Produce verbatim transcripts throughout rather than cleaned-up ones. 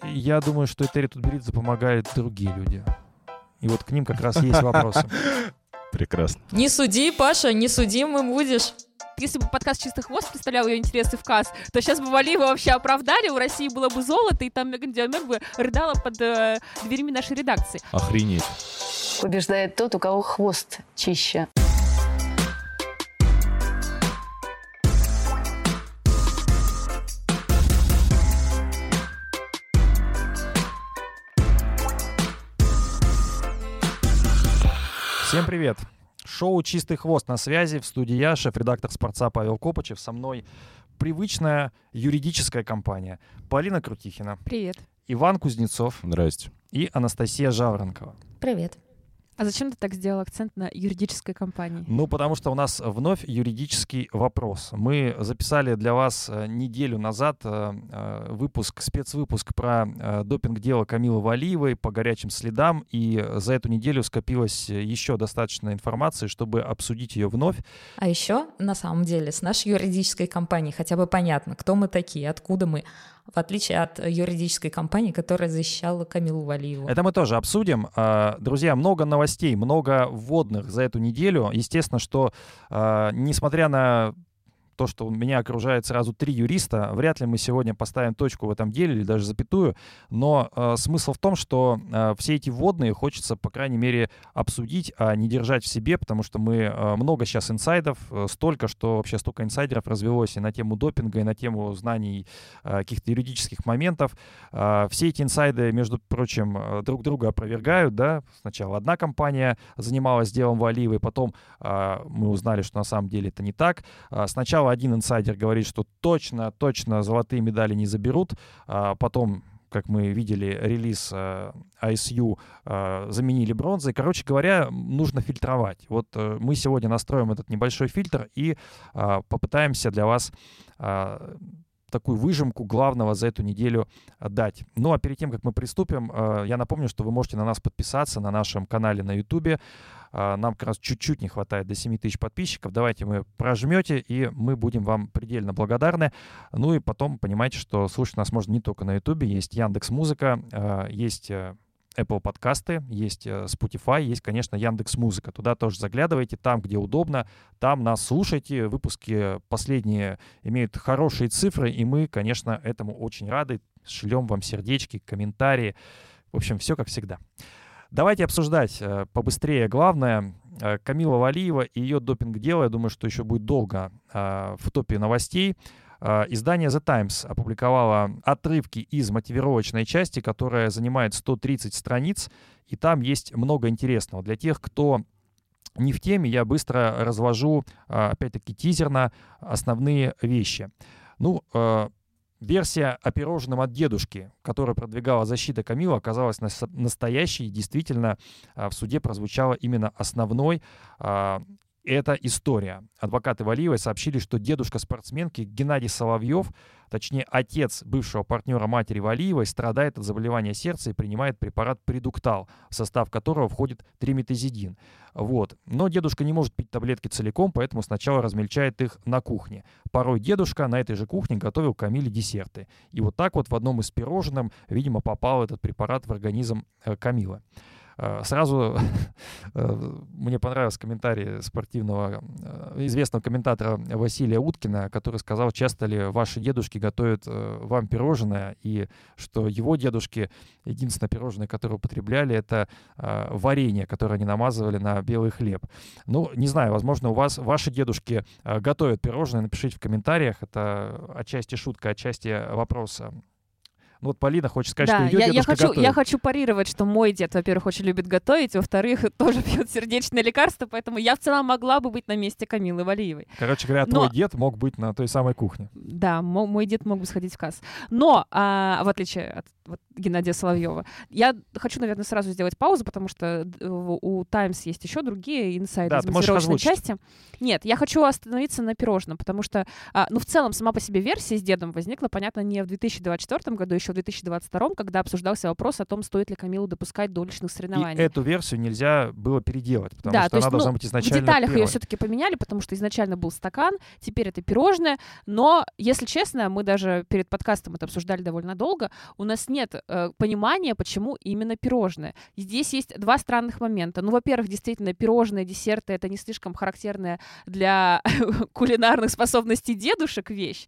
я думаю, что Этери Тутберидзе помогают другие люди. И вот к ним как раз есть вопросы. Прекрасно. Не суди, Паша, не судимым будешь. Если бы подкаст «Чистый хвост» представлял ее интересы в КАС, то сейчас бы Валиева вообще оправдали, у России было бы золото, и там Меган Диамек бы рыдала под э, дверями нашей редакции. Охренеть. Побеждает тот, у кого хвост чище. Всем привет! Шоу «Чистый хвост» на связи. В студии я, шеф-редактор «Спорца» Павел Копачев. Со мной привычная юридическая компания. Полина Крутихина. Привет. Иван Кузнецов. Здрасте. И Анастасия Жаворонкова. Привет. А зачем ты так сделал акцент на юридической компании? Ну, потому что у нас вновь юридический вопрос. Мы записали для вас неделю назад выпуск, спецвыпуск про допинг-дело Камилы Валиевой по горячим следам, и за эту неделю скопилось еще достаточно информации, чтобы обсудить ее вновь. А еще, на самом деле, с нашей юридической компанией хотя бы понятно, кто мы такие, откуда мы, в отличие от юридической компании, которая защищала Камилу Валиеву. Это мы тоже обсудим. Друзья, много новостей, много вводных за эту неделю. Естественно, что несмотря на то, что меня окружает сразу три юриста, вряд ли мы сегодня поставим точку в этом деле или даже запятую, но э, смысл в том, что э, все эти вводные хочется, по крайней мере, обсудить, а не держать в себе, потому что мы э, много сейчас инсайдов, э, столько, что вообще столько инсайдеров развелось и на тему допинга, и на тему знаний э, каких-то юридических моментов. Э, все эти инсайды, между прочим, э, друг друга опровергают, да, сначала одна компания занималась делом Валиевой, потом э, мы узнали, что на самом деле это не так. Э, сначала один инсайдер говорит, что точно, точно золотые медали не заберут. А потом, как мы видели, релиз а, ай эс ю а, заменили бронзой. Короче говоря, нужно фильтровать. Вот а, мы сегодня настроим этот небольшой фильтр и а, попытаемся для вас а, такую выжимку главного за эту неделю дать. Ну а перед тем, как мы приступим, а, я напомню, что вы можете на нас подписаться на нашем канале на YouTube. Нам как раз чуть-чуть не хватает до семи тысяч подписчиков. Давайте вы прожмете, и мы будем вам предельно благодарны. Ну и потом понимаете, что слушать нас можно не только на YouTube. Есть Яндекс.Музыка, есть Apple подкасты, есть Spotify, есть, конечно, Яндекс.Музыка. Туда тоже заглядывайте, там, где удобно, там нас слушайте. Выпуски последние имеют хорошие цифры, и мы, конечно, этому очень рады. Шлем вам сердечки, комментарии. В общем, все как всегда. Давайте обсуждать э, побыстрее главное. Э, Камила Валиева и ее допинг-дело, я думаю, что еще будет долго э, в топе новостей. Э, издание The Times опубликовало отрывки из мотивировочной части, которая занимает сто тридцать страниц, и там есть много интересного. Для тех, кто не в теме, я быстро разложу, э, опять-таки, тизерно основные вещи. Ну, э, Версия о пирожном от дедушки, которую продвигала защита Камилы, оказалась настоящей. Действительно, в суде прозвучала именно основной эта история. Адвокаты Валиевой сообщили, что дедушка спортсменки Геннадий Соловьев, точнее отец бывшего партнера матери Валиевой, страдает от заболевания сердца и принимает препарат Предуктал, в состав которого входит триметазидин. Вот. Но дедушка не может пить таблетки целиком, поэтому сначала размельчает их на кухне. Порой дедушка на этой же кухне готовил Камиле десерты. И вот так вот в одном из пирожных, видимо, попал этот препарат в организм Камилы. Сразу мне понравился комментарий спортивного, известного комментатора Василия Уткина, который сказал, часто ли ваши дедушки готовят вам пирожное, и что его дедушки, единственное пирожное, которое употребляли, это варенье, которое они намазывали на белый хлеб. Ну, не знаю, возможно, у вас ваши дедушки готовят пирожное, напишите в комментариях, это отчасти шутка, отчасти вопрос. Ну вот Полина хочет сказать, да, что ее я, дедушка я хочу, готовит. Я хочу парировать, что мой дед, во-первых, очень любит готовить, во-вторых, тоже пьет сердечные лекарства, поэтому я в целом могла бы быть на месте Камилы Валиевой. Короче говоря, Но... твой дед мог быть на той самой кухне. Да, мо- мой дед мог бы сходить в КАС. Но, а, в отличие от вот, Геннадия Соловьева, я хочу, наверное, сразу сделать паузу, потому что у Times есть еще другие инсайды да, из мотивировочной части. Нет, я хочу остановиться на пирожном, потому что, а, ну, в целом, сама по себе версия с дедом возникла, понятно, не в две тысячи двадцать четвёртом году, еще еще в две тысячи двадцать втором, когда обсуждался вопрос о том, стоит ли Камилу допускать до уличных соревнований. И эту версию нельзя было переделать, потому да, что то она есть, должна ну, быть изначально в деталях первой. ее все-таки поменяли, потому что изначально был стакан, теперь это пирожное. Но, если честно, мы даже перед подкастом это обсуждали довольно долго, у нас нет э, понимания, почему именно пирожное. Здесь есть два странных момента. Ну, во-первых, действительно, пирожные, десерты — это не слишком характерная для кулинарных способностей дедушек вещь.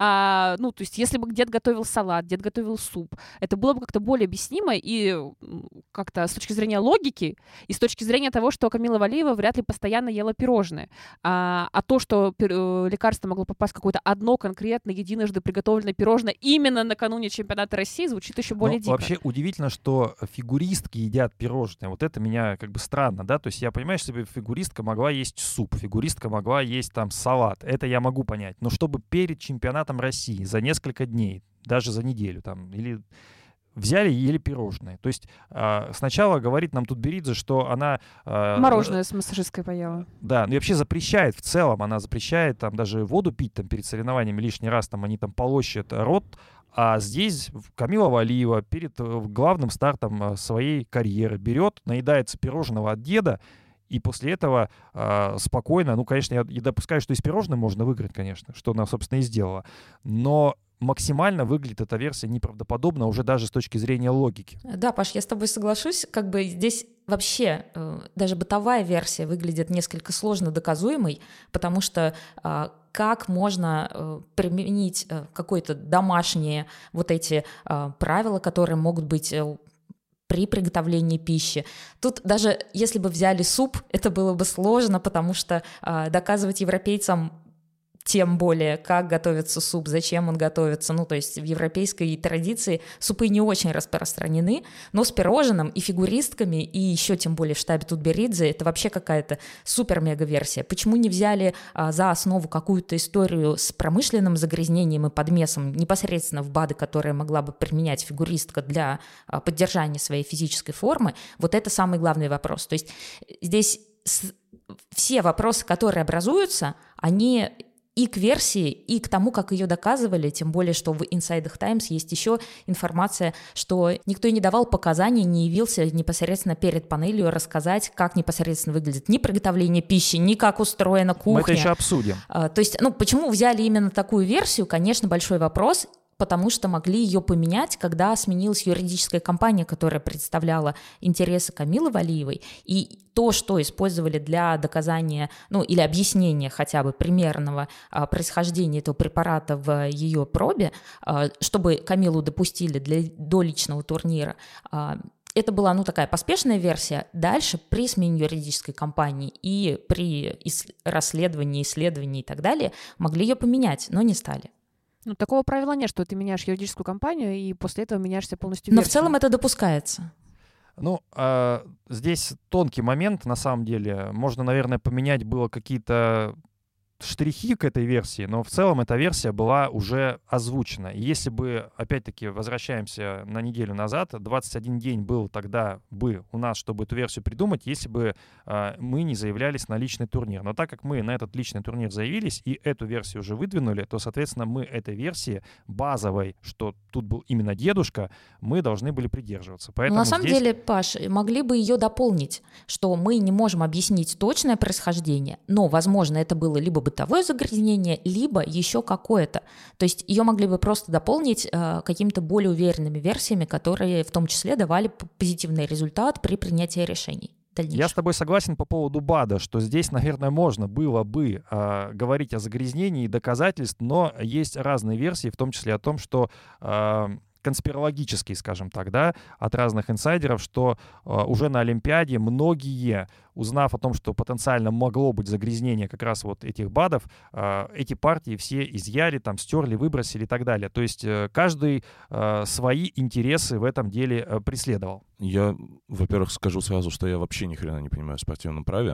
А, ну, то есть, если бы дед готовил салат, дед готовил суп, это было бы как-то более объяснимо и как-то с точки зрения логики и с точки зрения того, что Камила Валиева вряд ли постоянно ела пирожные. А, а то, что пир- лекарство могло попасть в какое-то одно конкретно, единожды приготовленное пирожное именно накануне чемпионата России, звучит еще более Но дико. Вообще удивительно, что фигуристки едят пирожные. Вот это меня как бы странно, да? То есть я понимаю, что фигуристка могла есть суп, фигуристка могла есть там салат. Это я могу понять. Но чтобы перед чемпионатом России за несколько дней, даже за неделю там, или взяли и ели пирожные. То есть э, сначала говорит нам Тутберидзе, что она... Э, Мороженое с массажисткой поела. Да, ну и вообще запрещает в целом, она запрещает там даже воду пить там перед соревнованиями лишний раз, там они там полощут рот. А здесь Камила Валиева перед главным стартом своей карьеры берет, наедается пирожного от деда, и после этого э, спокойно, ну, конечно, я, я допускаю, что и с пирожным можно выиграть, конечно, что она, собственно, и сделала, но максимально выглядит эта версия неправдоподобно уже даже с точки зрения логики. Да, Паш, я с тобой соглашусь. Как бы здесь вообще э, даже бытовая версия выглядит несколько сложно доказуемой, потому что э, как можно э, применить э, какое-то домашнее вот эти э, правила, которые могут быть э, при приготовлении пищи. Тут даже если бы взяли суп, это было бы сложно, потому что э, доказывать европейцам тем более, как готовится суп, зачем он готовится. Ну, то есть в европейской традиции супы не очень распространены, но с пирожным и фигуристками, и еще тем более в штабе Тутберидзе, это вообще какая-то супер-мега-версия. Почему не взяли а, за основу какую-то историю с промышленным загрязнением и подмесом непосредственно в БАДы, которые могла бы применять фигуристка для а, поддержания своей физической формы? Вот это самый главный вопрос. То есть здесь с... все вопросы, которые образуются, они... и к версии, и к тому, как ее доказывали, тем более, что в Inside Times есть еще информация, что никто и не давал показаний, не явился непосредственно перед панелью рассказать, как непосредственно выглядит ни приготовление пищи, ни как устроена кухня. Мы это еще обсудим. А, то есть, ну, почему взяли именно такую версию, конечно, большой вопрос, потому что могли ее поменять, когда сменилась юридическая компания, которая представляла интересы Камилы Валиевой, и то, что использовали для доказания, ну, или объяснения хотя бы примерного а, происхождения этого препарата в ее пробе, а, чтобы Камилу допустили для, до личного турнира, а, это была, ну, такая поспешная версия. Дальше при смене юридической компании и при ис- расследовании, исследовании и так далее могли ее поменять, но не стали. Ну, такого правила нет, что ты меняешь юридическую компанию, и после этого меняешься полностью Но версию. в целом это допускается. Ну, э, здесь тонкий момент, на самом деле. Можно, наверное, поменять было какие-то штрихи к этой версии, но в целом эта версия была уже озвучена. И если бы, опять-таки, возвращаемся на неделю назад, двадцать один день был тогда бы у нас, чтобы эту версию придумать, если бы э, мы не заявлялись на личный турнир. Но так как мы на этот личный турнир заявились и эту версию уже выдвинули, то, соответственно, мы этой версии базовой, что тут был именно дедушка, мы должны были придерживаться. Поэтому Но на самом здесь... деле, Паш, могли бы ее дополнить, что мы не можем объяснить точное происхождение, но, возможно, это было либо бытовое загрязнение, либо еще какое-то. То есть ее могли бы просто дополнить э, какими-то более уверенными версиями, которые в том числе давали позитивный результат при принятии решений. Я с тобой согласен по поводу БАДа, что здесь, наверное, можно было бы э, говорить о загрязнении доказательств, но есть разные версии, в том числе о том, что... Э, конспирологический, скажем так, да, от разных инсайдеров, что э, уже на Олимпиаде многие, узнав о том, что потенциально могло быть загрязнение как раз вот этих БАДов, э, эти партии все изъяли, там, стерли, выбросили и так далее. То есть э, каждый э, свои интересы в этом деле э, преследовал. Я, во-первых, скажу сразу, что я вообще ни хрена не понимаю в спортивном праве.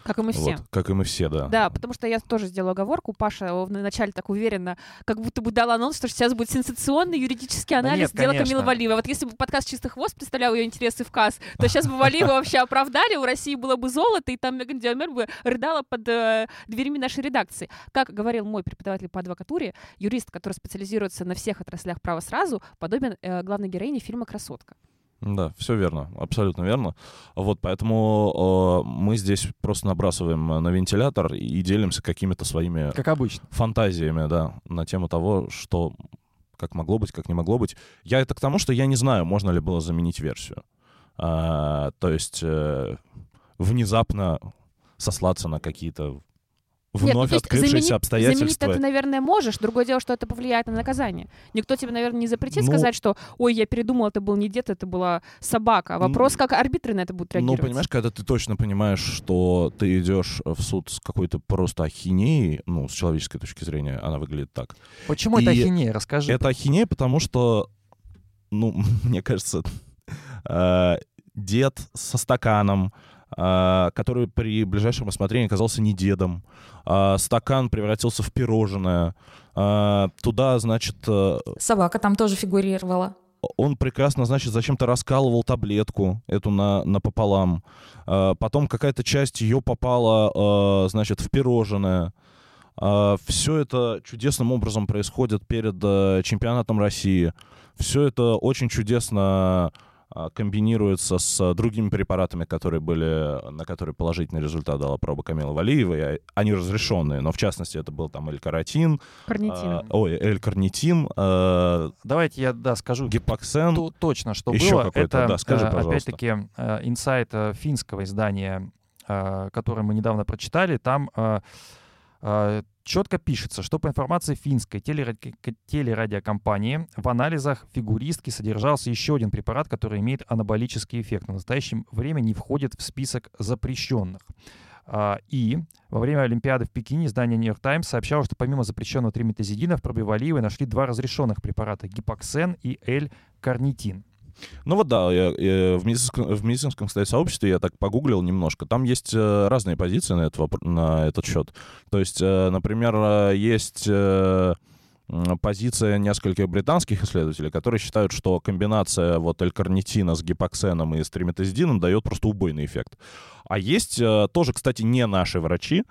Как и мы все. Вот, как и мы все, да. Да, потому что я тоже сделала оговорку. Паша вначале так уверенно, как будто бы дал анонс, что сейчас будет сенсационный юридический анализ Да нет, дела Камилы Валиевой. Вот если бы подкаст «Чистый хвост» представлял ее интересы в КАС, то сейчас бы Валиева вообще оправдали, у России было бы золото, и там Меган Диамер бы рыдала под э, дверями нашей редакции. Как говорил мой преподаватель по адвокатуре, юрист, который специализируется на всех отраслях права сразу, подобен э, главной героине фильма «Красотка». Да, все верно, абсолютно верно. Вот поэтому э, мы здесь просто набрасываем на вентилятор и делимся какими-то своими Как обычно. фантазиями, да, на тему того, что как могло быть, как не могло быть. Я это к тому, что я не знаю, можно ли было заменить версию. А, то есть э, внезапно сослаться на какие-то вновь Нет, ну, то есть открывшиеся заменить, обстоятельства. Заменить ты, наверное, можешь. Другое дело, что это повлияет на наказание. Никто тебе, наверное, не запретит Ну, сказать, что «Ой, я передумал, это был не дед, это была собака». Вопрос, как арбитры на это будут реагировать. Ну, понимаешь, когда ты точно понимаешь, что ты идешь в суд с какой-то просто ахинеей, ну, с человеческой точки зрения, она выглядит так. Почему И это ахинея? Расскажи. Это ахинея, потому что, ну, мне кажется, э, дед со стаканом, э, который при ближайшем рассмотрении оказался не дедом, э, стакан превратился в пирожное, э, туда, значит... Э, Собака там тоже фигурировала. Он прекрасно, значит, зачем-то раскалывал таблетку эту на, напополам. Э, потом какая-то часть ее попала, э, значит, в пирожное. Э, все это чудесным образом происходит перед э, чемпионатом России. Все это очень чудесно э, комбинируется с другими препаратами, которые были, на которые положительный результат дала проба Камилы Валиевой. Они разрешенные, но в частности это был там L-каротин. Карнитин. Э, ой, L-карнитин. Э, Давайте я, да, скажу Гипоксен. то- точно, что Еще было. какой-то, Это, да, скажи, э, пожалуйста. опять-таки, э, инсайт э, финского издания, э, которое мы недавно прочитали. Там э, э, четко пишется, что по информации финской телеради- телерадиокомпании в анализах фигуристки содержался еще один препарат, который имеет анаболический эффект. Но в настоящее время не входит в список запрещенных. А, И во время Олимпиады в Пекине издание New York Times сообщало, что помимо запрещенного триметазидина в пробе Валиевой нашли два разрешенных препарата — гипоксен и L-карнитин. Ну вот да, я, я в медицинском, в медицинском, кстати, сообществе я так погуглил немножко. Там есть э, разные позиции на этот, вопр- на этот счет. То есть, э, например, э, есть э, м, позиция нескольких британских исследователей, которые считают, что комбинация вот L-карнитина с гипоксеном и с триметазидином дает просто убойный эффект. А есть э, тоже, кстати, не наши врачи,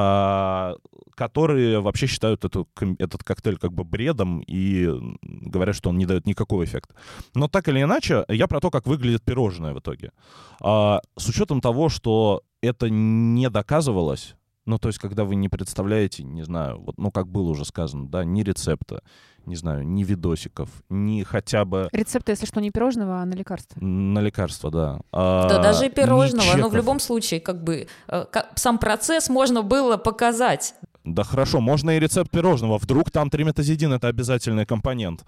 э, которые вообще считают эту, ком- этот коктейль как бы бредом и говорят, что он не дает никакого эффекта. Но так или иначе, я про то, как выглядит пирожное в итоге. А, с учетом того, что это не доказывалось, ну, то есть, когда вы не представляете, не знаю, вот, ну, как было уже сказано, да, ни рецепта, не знаю, ни видосиков, ни хотя бы... Рецепты, если что, не пирожного, а на лекарство. На лекарства, да. А, Да даже и ни пирожного, но в чеков. любом случае, как бы, э, ка- сам процесс можно было показать. Да хорошо, можно и рецепт пирожного. Вдруг там триметазидин — это обязательный компонент.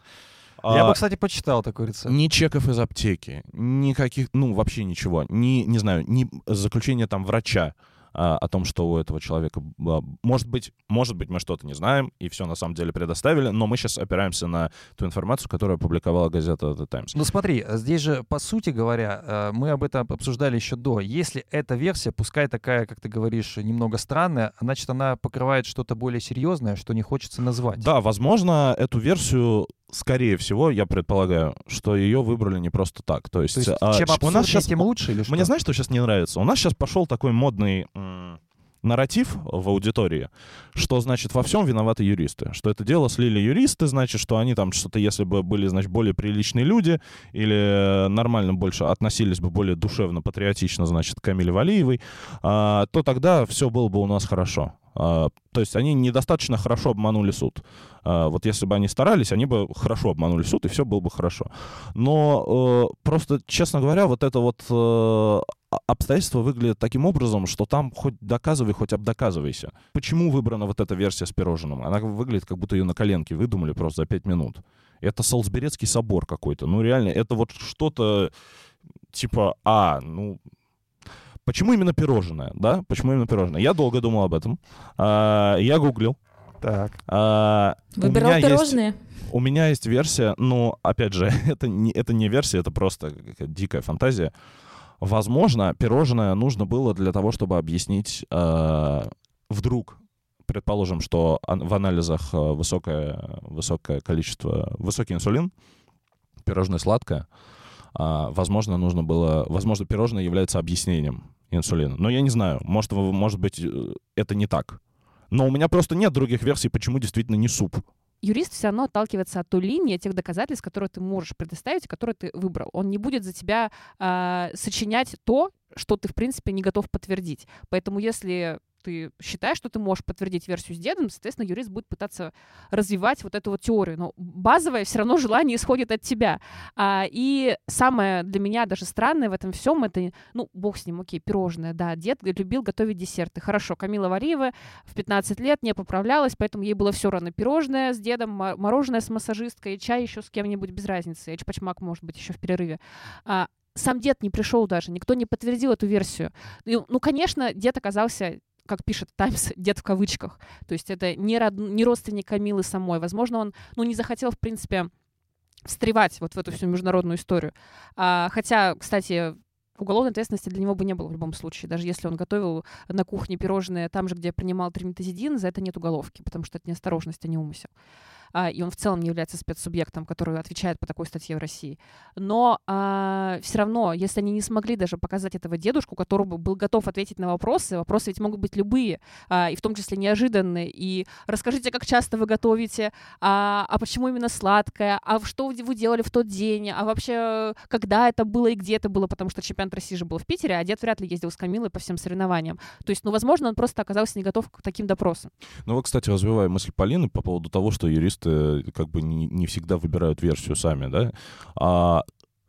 Я А, бы, кстати, почитал такой рецепт. Ни чеков из аптеки, никаких, ну, вообще ничего. Ни, не знаю, ни заключения там врача а, о том, что у этого человека... а, Может быть, может быть, мы что-то не знаем, и все на самом деле предоставили, но мы сейчас опираемся на ту информацию, которую опубликовала газета The Times. Ну смотри, здесь же, по сути говоря, э, мы об этом обсуждали еще до. Если эта версия, пускай такая, как ты говоришь, немного странная, значит, она покрывает что-то более серьезное, что не хочется назвать. Да, возможно, эту версию, скорее всего, я предполагаю, что ее выбрали не просто так. То есть, То есть а, чем ш- у нас абсурднее, сейчас... тем лучше или что? Мне знаешь, что сейчас не нравится? У нас сейчас пошел такой модный м, нарратив в аудитории, что, значит, во всем виноваты юристы. Что это дело слили юристы, значит, что они там что-то, если бы были, значит, более приличные люди или нормально больше относились бы более душевно, патриотично, значит, к Камиле Валиевой, а, то тогда все было бы у нас хорошо. А, то есть они недостаточно хорошо обманули суд. А, вот если бы они старались, они бы хорошо обманули суд, и все было бы хорошо. Но э, просто, честно говоря, вот это вот э, обстоятельства выглядят таким образом, что там хоть доказывай, хоть обдоказывайся. Почему выбрана вот эта версия с пирожным? Она выглядит, как будто ее на коленке выдумали просто за пять минут. Это Солсберецкий собор какой-то. Ну реально, это вот что-то типа, а, ну... Почему именно пирожное, да? Почему именно пирожное? Я долго думал об этом. А, я гуглил. Так. А, у Выбирал меня есть- пирожные. У меня есть версия, но, опять же, это не, это не версия, это просто какая-то дикая фантазия. Возможно, пирожное нужно было для того, чтобы объяснить э, вдруг, предположим, что в анализах высокое, высокое количество, высокий инсулин, пирожное сладкое, э, возможно, нужно было, возможно, пирожное является объяснением инсулина. Но я не знаю, может, может быть, это не так. Но у меня просто нет других версий, почему действительно не суп. Юрист все равно отталкивается от той линии, тех доказательств, которые ты можешь предоставить и которые ты выбрал. Он не будет за тебя э, сочинять то, что ты, в принципе, не готов подтвердить. Поэтому если ты считаешь, что ты можешь подтвердить версию с дедом, соответственно, юрист будет пытаться развивать вот эту вот теорию. Но базовое все равно желание исходит от тебя. А, и самое для меня даже странное в этом всем, это, ну, бог с ним, окей, пирожное, да, дед любил готовить десерты. Хорошо, Камила Вариева в пятнадцать лет не поправлялась, поэтому ей было все равно пирожное с дедом, мороженое с массажисткой, чай еще с кем-нибудь без разницы, эчпачмак, может быть, еще в перерыве. А, сам дед не пришел даже, никто не подтвердил эту версию. И, ну, конечно, дед оказался, как пишет Таймс, дед в кавычках. То есть это не, род... не родственник Камилы самой. Возможно, он, ну, не захотел, в принципе, встревать вот в эту всю международную историю. А, хотя, кстати, уголовной ответственности для него бы не было в любом случае. Даже если он готовил на кухне пирожные там же, где принимал триметазидин, за это нет уголовки, потому что это неосторожность, а не умысел. А, и он в целом не является спецсубъектом, который отвечает по такой статье в России. Но а, все равно, если они не смогли даже показать этого дедушку, который бы был готов ответить на вопросы, вопросы ведь могут быть любые, а, и в том числе неожиданные. И расскажите, как часто вы готовите, а, а почему именно сладкое, а что вы делали в тот день, а вообще когда это было и где это было, потому что чемпионат России же был в Питере, а дед вряд ли ездил с Камилой по всем соревнованиям. То есть, ну, возможно, он просто оказался не готов к таким допросам. Ну, вот, кстати, развивая мысль Полины по поводу того, что юристы как бы не, не всегда выбирают версию сами, да, а,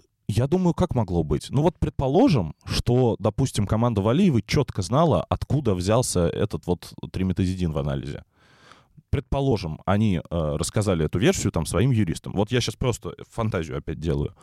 я думаю, как могло быть? Ну вот предположим, что, допустим, команда Валиевой четко знала, откуда взялся этот вот триметазидин в анализе. Предположим, они э, рассказали эту версию там своим юристам. Вот я сейчас просто фантазию опять делаю.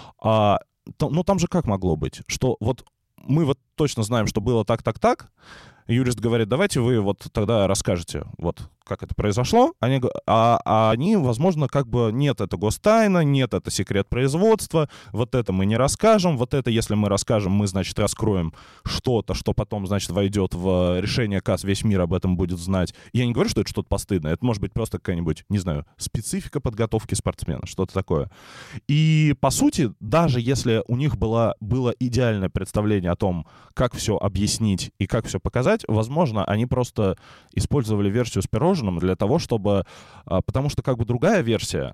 А, то, ну там же как могло быть? Что вот мы вот точно знаем, что было так-так-так, юрист говорит, давайте вы вот тогда расскажете, вот как это произошло, они, а, а они, возможно, как бы нет, это гостайна, нет, это секрет производства, вот это мы не расскажем, вот это, если мы расскажем, мы, значит, раскроем что-то, что потом, значит, войдет в решение КАС, весь мир об этом будет знать. Я не говорю, что это что-то постыдное, это может быть просто какая-нибудь, не знаю, специфика подготовки спортсмена, что-то такое. И, по сути, даже если у них было, было идеальное представление о том, как все объяснить и как все показать, возможно, они просто использовали версию с пирожным для того, чтобы... Потому что как бы другая версия,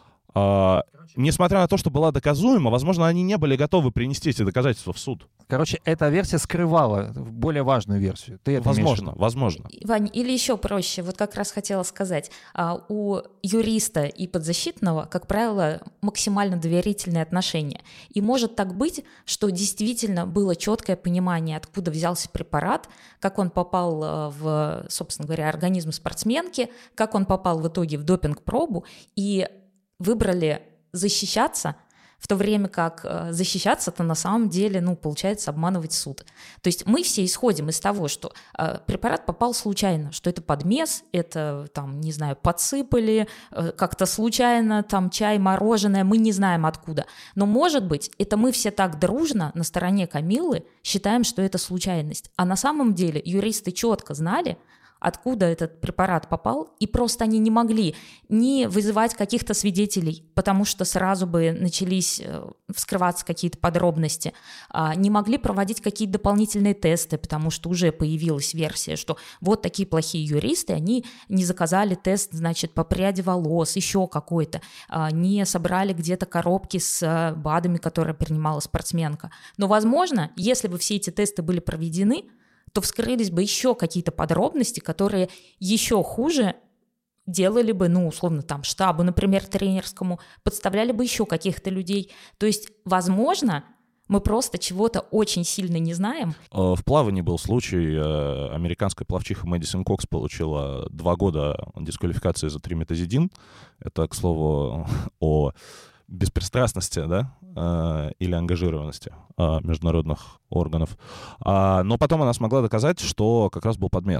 несмотря на то, что была доказуема, возможно, они не были готовы принести эти доказательства в суд. Короче, эта версия скрывала более важную версию. Ты это возможно, возможно. Вань, или еще проще, вот как раз хотела сказать, у юриста и подзащитного, как правило, максимально доверительные отношения. И может так быть, что действительно было четкое понимание, откуда взялся препарат, как он попал в, собственно говоря, организм спортсменки, как он попал в итоге в допинг-пробу, и выбрали защищаться, в то время как защищаться-то на самом деле, ну, получается, обманывать суд. То есть мы все исходим из того, что э, препарат попал случайно, что это подмес, это, там, не знаю, подсыпали, э, как-то случайно, там, чай, мороженое, мы не знаем откуда. Но, может быть, это мы все так дружно на стороне Камилы считаем, что это случайность. А на самом деле юристы четко знали, откуда этот препарат попал, и просто они не могли не вызывать каких-то свидетелей, потому что сразу бы начались вскрываться какие-то подробности, не могли проводить какие-то дополнительные тесты, потому что уже появилась версия, что вот такие плохие юристы, они не заказали тест, значит, по пряди волос, еще какой-то, не собрали где-то коробки с БАДами, которые принимала спортсменка. Но, возможно, если бы все эти тесты были проведены, то вскрылись бы еще какие-то подробности, которые еще хуже делали бы, ну, условно, там, штабу, например, тренерскому, подставляли бы еще каких-то людей. То есть, возможно, мы просто чего-то очень сильно не знаем. В плавании был случай, американская пловчиха Мэдисон Кокс получила два года дисквалификации за триметазидин. Это, к слову, о беспристрастности, да, э, или ангажированности э, международных органов. А, но потом она смогла доказать, что как раз был подмес.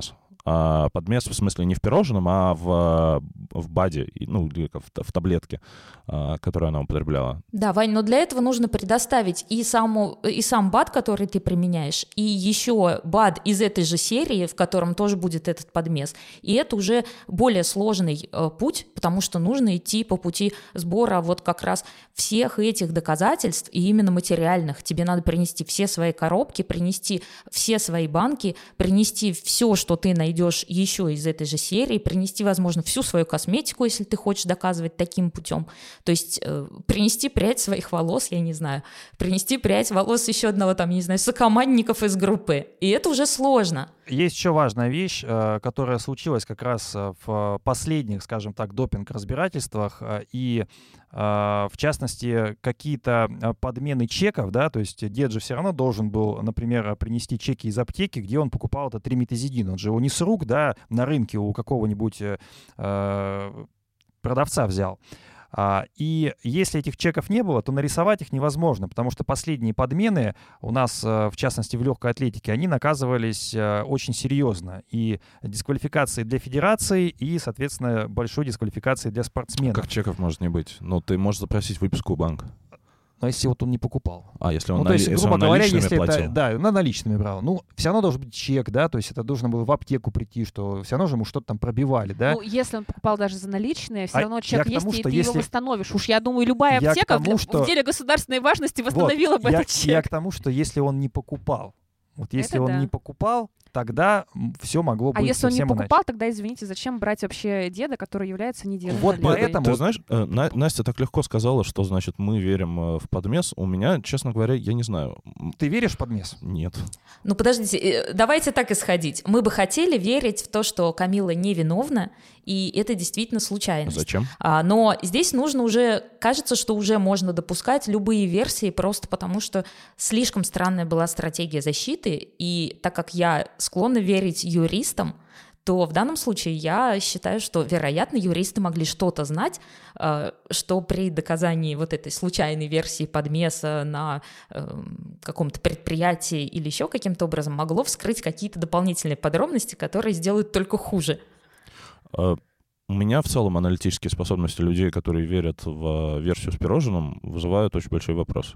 А, подмес, в смысле, не в пирожном, а в, в БАДе, ну, в, в таблетке, а, которую она употребляла. Да, Вань, но для этого нужно предоставить и, саму, и сам БАД, который ты применяешь, и еще БАД из этой же серии, в котором тоже будет этот подмес. И это уже более сложный э, путь, потому что нужно идти по пути сбора вот как раз всех этих доказательств, и именно материальных. Тебе надо принести все свои коробки, принести все свои банки, принести все, что ты найдешь еще из этой же серии, принести, возможно, всю свою косметику, если ты хочешь доказывать таким путем. То есть э, принести прядь своих волос, я не знаю, принести прядь волос еще одного, там, я не знаю, сокомандников из группы. И это уже сложно. Есть еще важная вещь, которая случилась как раз в последних, скажем так, допинг-разбирательствах, и в частности какие-то подмены чеков, да, то есть дед же все равно должен был, например, принести чеки из аптеки, где он покупал этот триметазидин, он же его не с рук, да, на рынке у какого-нибудь э, продавца взял. И если этих чеков не было, то нарисовать их невозможно, потому что последние подмены у нас, в частности, в легкой атлетике, они наказывались очень серьезно. И дисквалификации для федерации, и, соответственно, большой дисквалификации для спортсменов. Как чеков может не быть? Ну, ты можешь запросить выписку у банка. Но если вот он не покупал. А, если он, ну, на, то есть, если грубо он говоря, наличными если платил? это, да, на наличными брал. Ну, все равно должен быть чек, да, то есть это должно было в аптеку прийти, что все равно же ему что-то там пробивали, да. Ну, если он покупал даже за наличные, все А равно чек есть, тому, и что ты если... его восстановишь. Уж я думаю, любая Я аптека тому, в, что... в деле государственной важности восстановила вот, бы я, этот чек. Я к тому, что если он не покупал, вот если Это он да. не покупал, тогда все могло быть А если он не совсем покупал, иначе. тогда, извините, зачем брать вообще деда, который является не дедом? Вот а поэтому- Лёгой? Ты, ты знаешь, э, На- Настя так легко сказала, что, значит, мы верим э, в подмес. У меня, честно говоря, я не знаю. М, Ты веришь в подмес? Нет. Ну, подождите, э, давайте так исходить. Мы бы хотели верить в то, что Камила невиновна, и это действительно случайность. Зачем? А, но здесь нужно уже, кажется, что уже можно допускать любые версии, просто потому что слишком странная была стратегия защиты, и так как я склонна верить юристам, то в данном случае я считаю, что, вероятно, юристы могли что-то знать, э, что при доказании вот этой случайной версии подмеса на э, каком-то предприятии или еще каким-то образом могло вскрыть какие-то дополнительные подробности, которые сделают только хуже. Э, У меня в целом аналитические способности людей, которые верят в э, версию с пирожным, вызывают очень большой вопрос.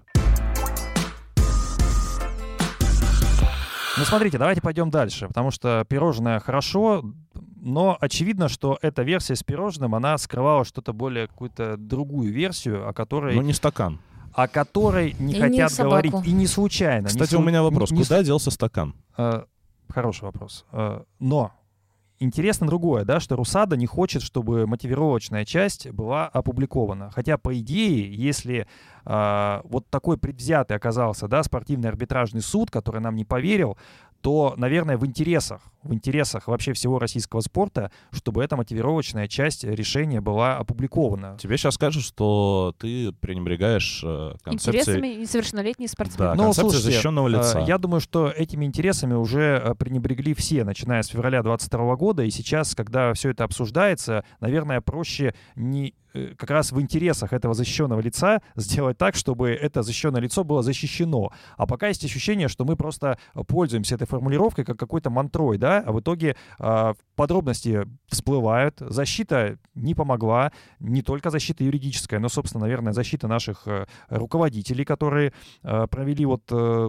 Ну, смотрите, давайте пойдем дальше, потому что пирожное хорошо, но очевидно, что эта версия с пирожным, она скрывала что-то более, какую-то другую версию, о которой, Ну, не стакан. о которой не И не хотят собаку. говорить, и не случайно. Кстати, не у слу- меня вопрос. не- не Куда делся стакан? Э, Хороший вопрос. Э, Но интересно другое, да, что РУСАДА не хочет, чтобы мотивировочная часть была опубликована. Хотя, по идее, если э, вот такой предвзятый оказался, да, спортивный арбитражный суд, который нам не поверил, то, наверное, в интересах, в интересах вообще всего российского спорта, чтобы эта мотивировочная часть решения была опубликована. Тебе сейчас скажут, что ты пренебрегаешь э, концепцией... Интересами несовершеннолетние спортсмены. Да, Ну, концепция слушайте, защищенного лица. э, Я думаю, что этими интересами уже э, пренебрегли все, начиная с февраля двадцать второго года. И сейчас, когда все это обсуждается, наверное, проще не э, как раз в интересах этого защищенного лица сделать так, чтобы это защищенное лицо было защищено. А пока есть ощущение, что мы просто пользуемся этой формулировкой как какой-то мантрой, да, а в итоге э, подробности всплывают, защита не помогла, не только защита юридическая, но, собственно, наверное, защита наших э, руководителей, которые э, провели вот... Э,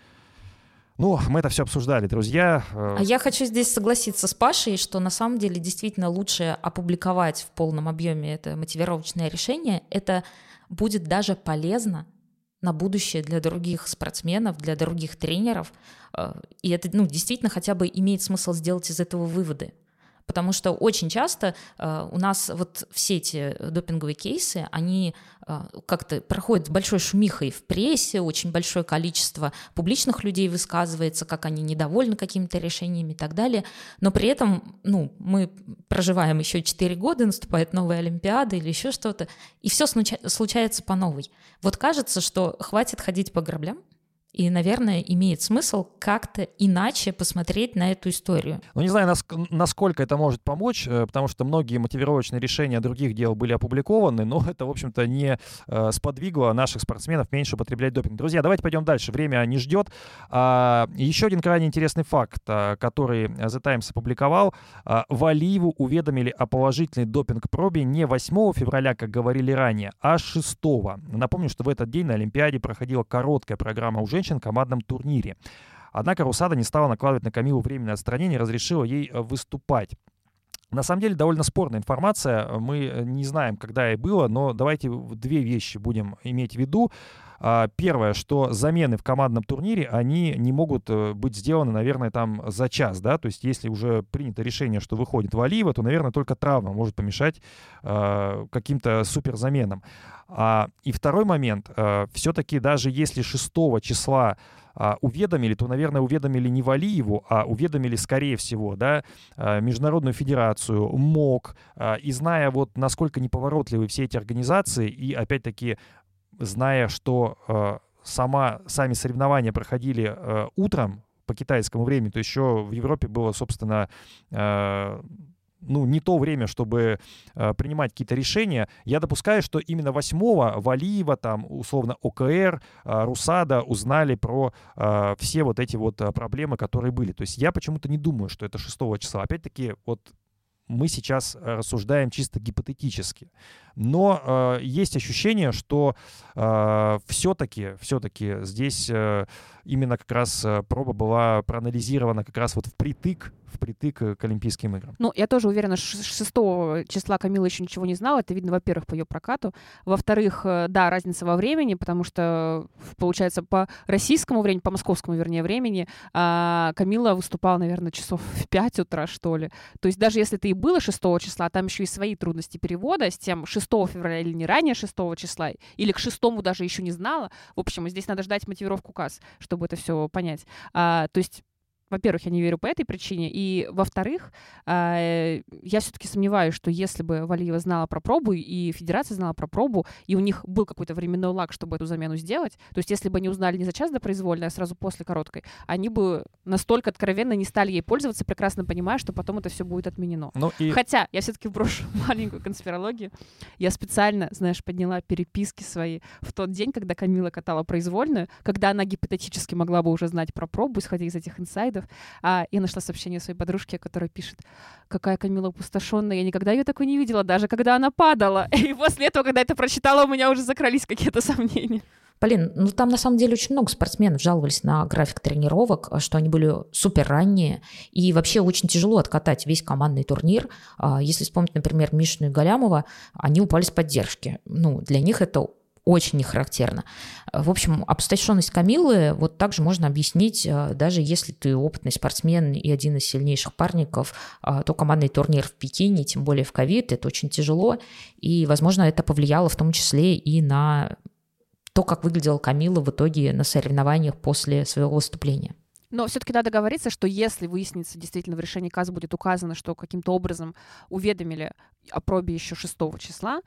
ну, мы это все обсуждали, друзья. А я хочу здесь согласиться с Пашей, что на самом деле действительно лучше опубликовать в полном объеме это мотивировочное решение. Это будет даже полезно на будущее для других спортсменов, для других тренеров. И это, ну, действительно хотя бы имеет смысл сделать из этого выводы. Потому что очень часто э, у нас вот все эти допинговые кейсы, они э, как-то проходят с большой шумихой в прессе, очень большое количество публичных людей высказывается, как они недовольны какими-то решениями и так далее. Но при этом, ну, мы проживаем еще четыре года, наступает новая Олимпиада или еще что-то, и все случается по новой. Вот кажется, что хватит ходить по граблям, И, наверное, имеет смысл как-то иначе посмотреть на эту историю. Ну, не знаю, насколько это может помочь, потому что многие мотивировочные решения других дел были опубликованы, но это, в общем-то, не сподвигло наших спортсменов меньше употреблять допинг. Друзья, давайте пойдем дальше. Время не ждет. Еще один крайне интересный факт, который The Times опубликовал. Валиеву уведомили о положительной допинг-пробе не восьмого февраля, как говорили ранее, а шестого. Напомню, что в этот день на Олимпиаде проходила короткая программа у женщин в командном турнире. Однако РУСАДА не стала накладывать на Камилу временное отстранение, разрешила ей выступать. На самом деле довольно спорная информация. Мы не знаем, когда и было, но давайте две вещи будем иметь в виду. Первое, что замены в командном турнире, они не могут быть сделаны, наверное, там за час, да, то есть если уже принято решение, что выходит Валиева, то, наверное, только травма может помешать э, каким-то суперзаменам. А, и второй момент, э, все-таки даже если шестого числа Uh, уведомили, то, наверное, уведомили не Валиеву, а уведомили, скорее всего, да, uh, Международную федерацию, МОК, uh, и зная вот, насколько неповоротливы все эти организации, и, опять-таки, зная, что uh, сама, сами соревнования проходили uh, утром по китайскому времени, то еще в Европе было, собственно, uh, ну, не то время, чтобы э, принимать какие-то решения. Я допускаю, что именно восьмого Валиева, там, условно, ОКР, э, РУСАДА узнали про э, все вот эти вот э, проблемы, которые были. То есть я почему-то не думаю, что это шестого числа. Опять-таки, вот мы сейчас рассуждаем чисто гипотетически. Но э, есть ощущение, что э, все-таки, все-таки здесь э, именно как раз э, проба была проанализирована как раз вот впритык, впритык к Олимпийским играм. Ну, я тоже уверена, что шестого числа Камила еще ничего не знала. Это видно, во-первых, по ее прокату. Во-вторых, да, разница во времени, потому что, получается, по российскому времени, по московскому, вернее, времени, а Камила выступала, наверное, часов в пять утра, что ли. То есть даже если это и было шестого числа, там еще и свои трудности перевода с тем, шестого февраля или не ранее шестого числа, или к шестому даже еще не знала. В общем, здесь надо ждать мотивировку КАС, чтобы это все понять. А, то есть во-первых, я не верю по этой причине, и, во-вторых, э, я все-таки сомневаюсь, что если бы Валиева знала про пробу, и Федерация знала про пробу, и у них был какой-то временной лаг, чтобы эту замену сделать, то есть если бы они узнали не за час до произвольной, а сразу после короткой, они бы настолько откровенно не стали ей пользоваться, прекрасно понимая, что потом это все будет отменено. Ну, и... Хотя, я все-таки брошу маленькую конспирологию, я специально, знаешь, подняла переписки свои в тот день, когда Камила катала произвольную, когда она гипотетически могла бы уже знать про пробу, исходя из этих инсайдов. А, я нашла сообщение своей подружки, которая пишет: какая Камила опустошенная, я никогда ее такой не видела, даже когда она падала. И после этого, когда это прочитала, у меня уже закрались какие-то сомнения. Полин, ну там на самом деле очень много спортсменов жаловались на график тренировок, что они были супер ранние, и вообще очень тяжело откатать весь командный турнир. Если вспомнить, например, Мишину и Галямова, они упали с поддержки. Ну, для них это очень нехарактерно. В общем, опустошенность Камилы вот также можно объяснить, даже если ты опытный спортсмен и один из сильнейших парников, то командный турнир в Пекине, тем более в ковид, это очень тяжело, и, возможно, это повлияло в том числе и на то, как выглядела Камила в итоге на соревнованиях после своего выступления. Но все-таки надо говориться, что если выяснится, действительно в решении КАС будет указано, что каким-то образом уведомили о пробе еще шестого числа,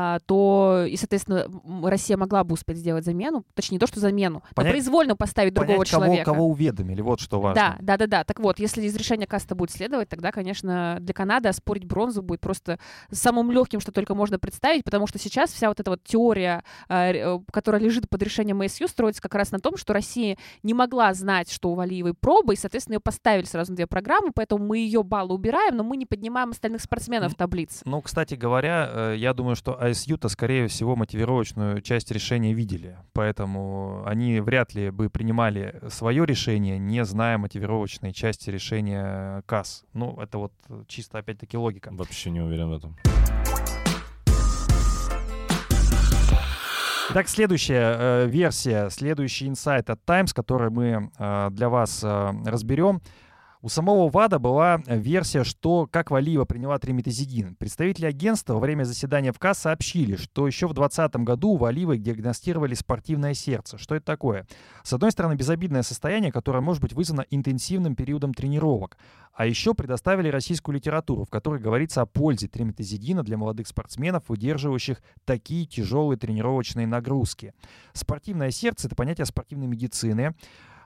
то, и, соответственно, Россия могла бы успеть сделать замену, точнее, не то, что замену, Понять, а произвольно поставить другого понять, кого, человека. кого уведомили, вот что важно. Да, да, да, да. Так вот, если из решения КАС-то будет следовать, тогда, конечно, для Канады оспорить бронзу будет просто самым легким, что только можно представить, потому что сейчас вся вот эта вот теория, которая лежит под решением эй эс ю, строится как раз на том, что Россия не могла знать, что у Валиевой проба, и, соответственно, ее поставили сразу на две программы, поэтому мы ее баллы убираем, но мы не поднимаем остальных спортсменов в таблице. Ну, кстати говоря, я думаю, что эй эс ю-то, скорее всего, мотивировочную часть решения видели, поэтому они вряд ли бы принимали свое решение, не зная мотивировочной части решения КАС. Ну, это вот чисто, опять-таки, логика. Вообще не уверен в этом. Итак, следующая э, версия, следующий инсайт от Times, который мы э, для вас э, разберем. У самого ВАДА была версия, что как Валиева приняла триметазидин. Представители агентства во время заседания в КАС сообщили, что еще в двадцатом году у Валиевой диагностировали спортивное сердце. Что это такое? С одной стороны, безобидное состояние, которое может быть вызвано интенсивным периодом тренировок. А еще предоставили российскую литературу, в которой говорится о пользе триметазидина для молодых спортсменов, выдерживающих такие тяжелые тренировочные нагрузки. Спортивное сердце — это понятие спортивной медицины.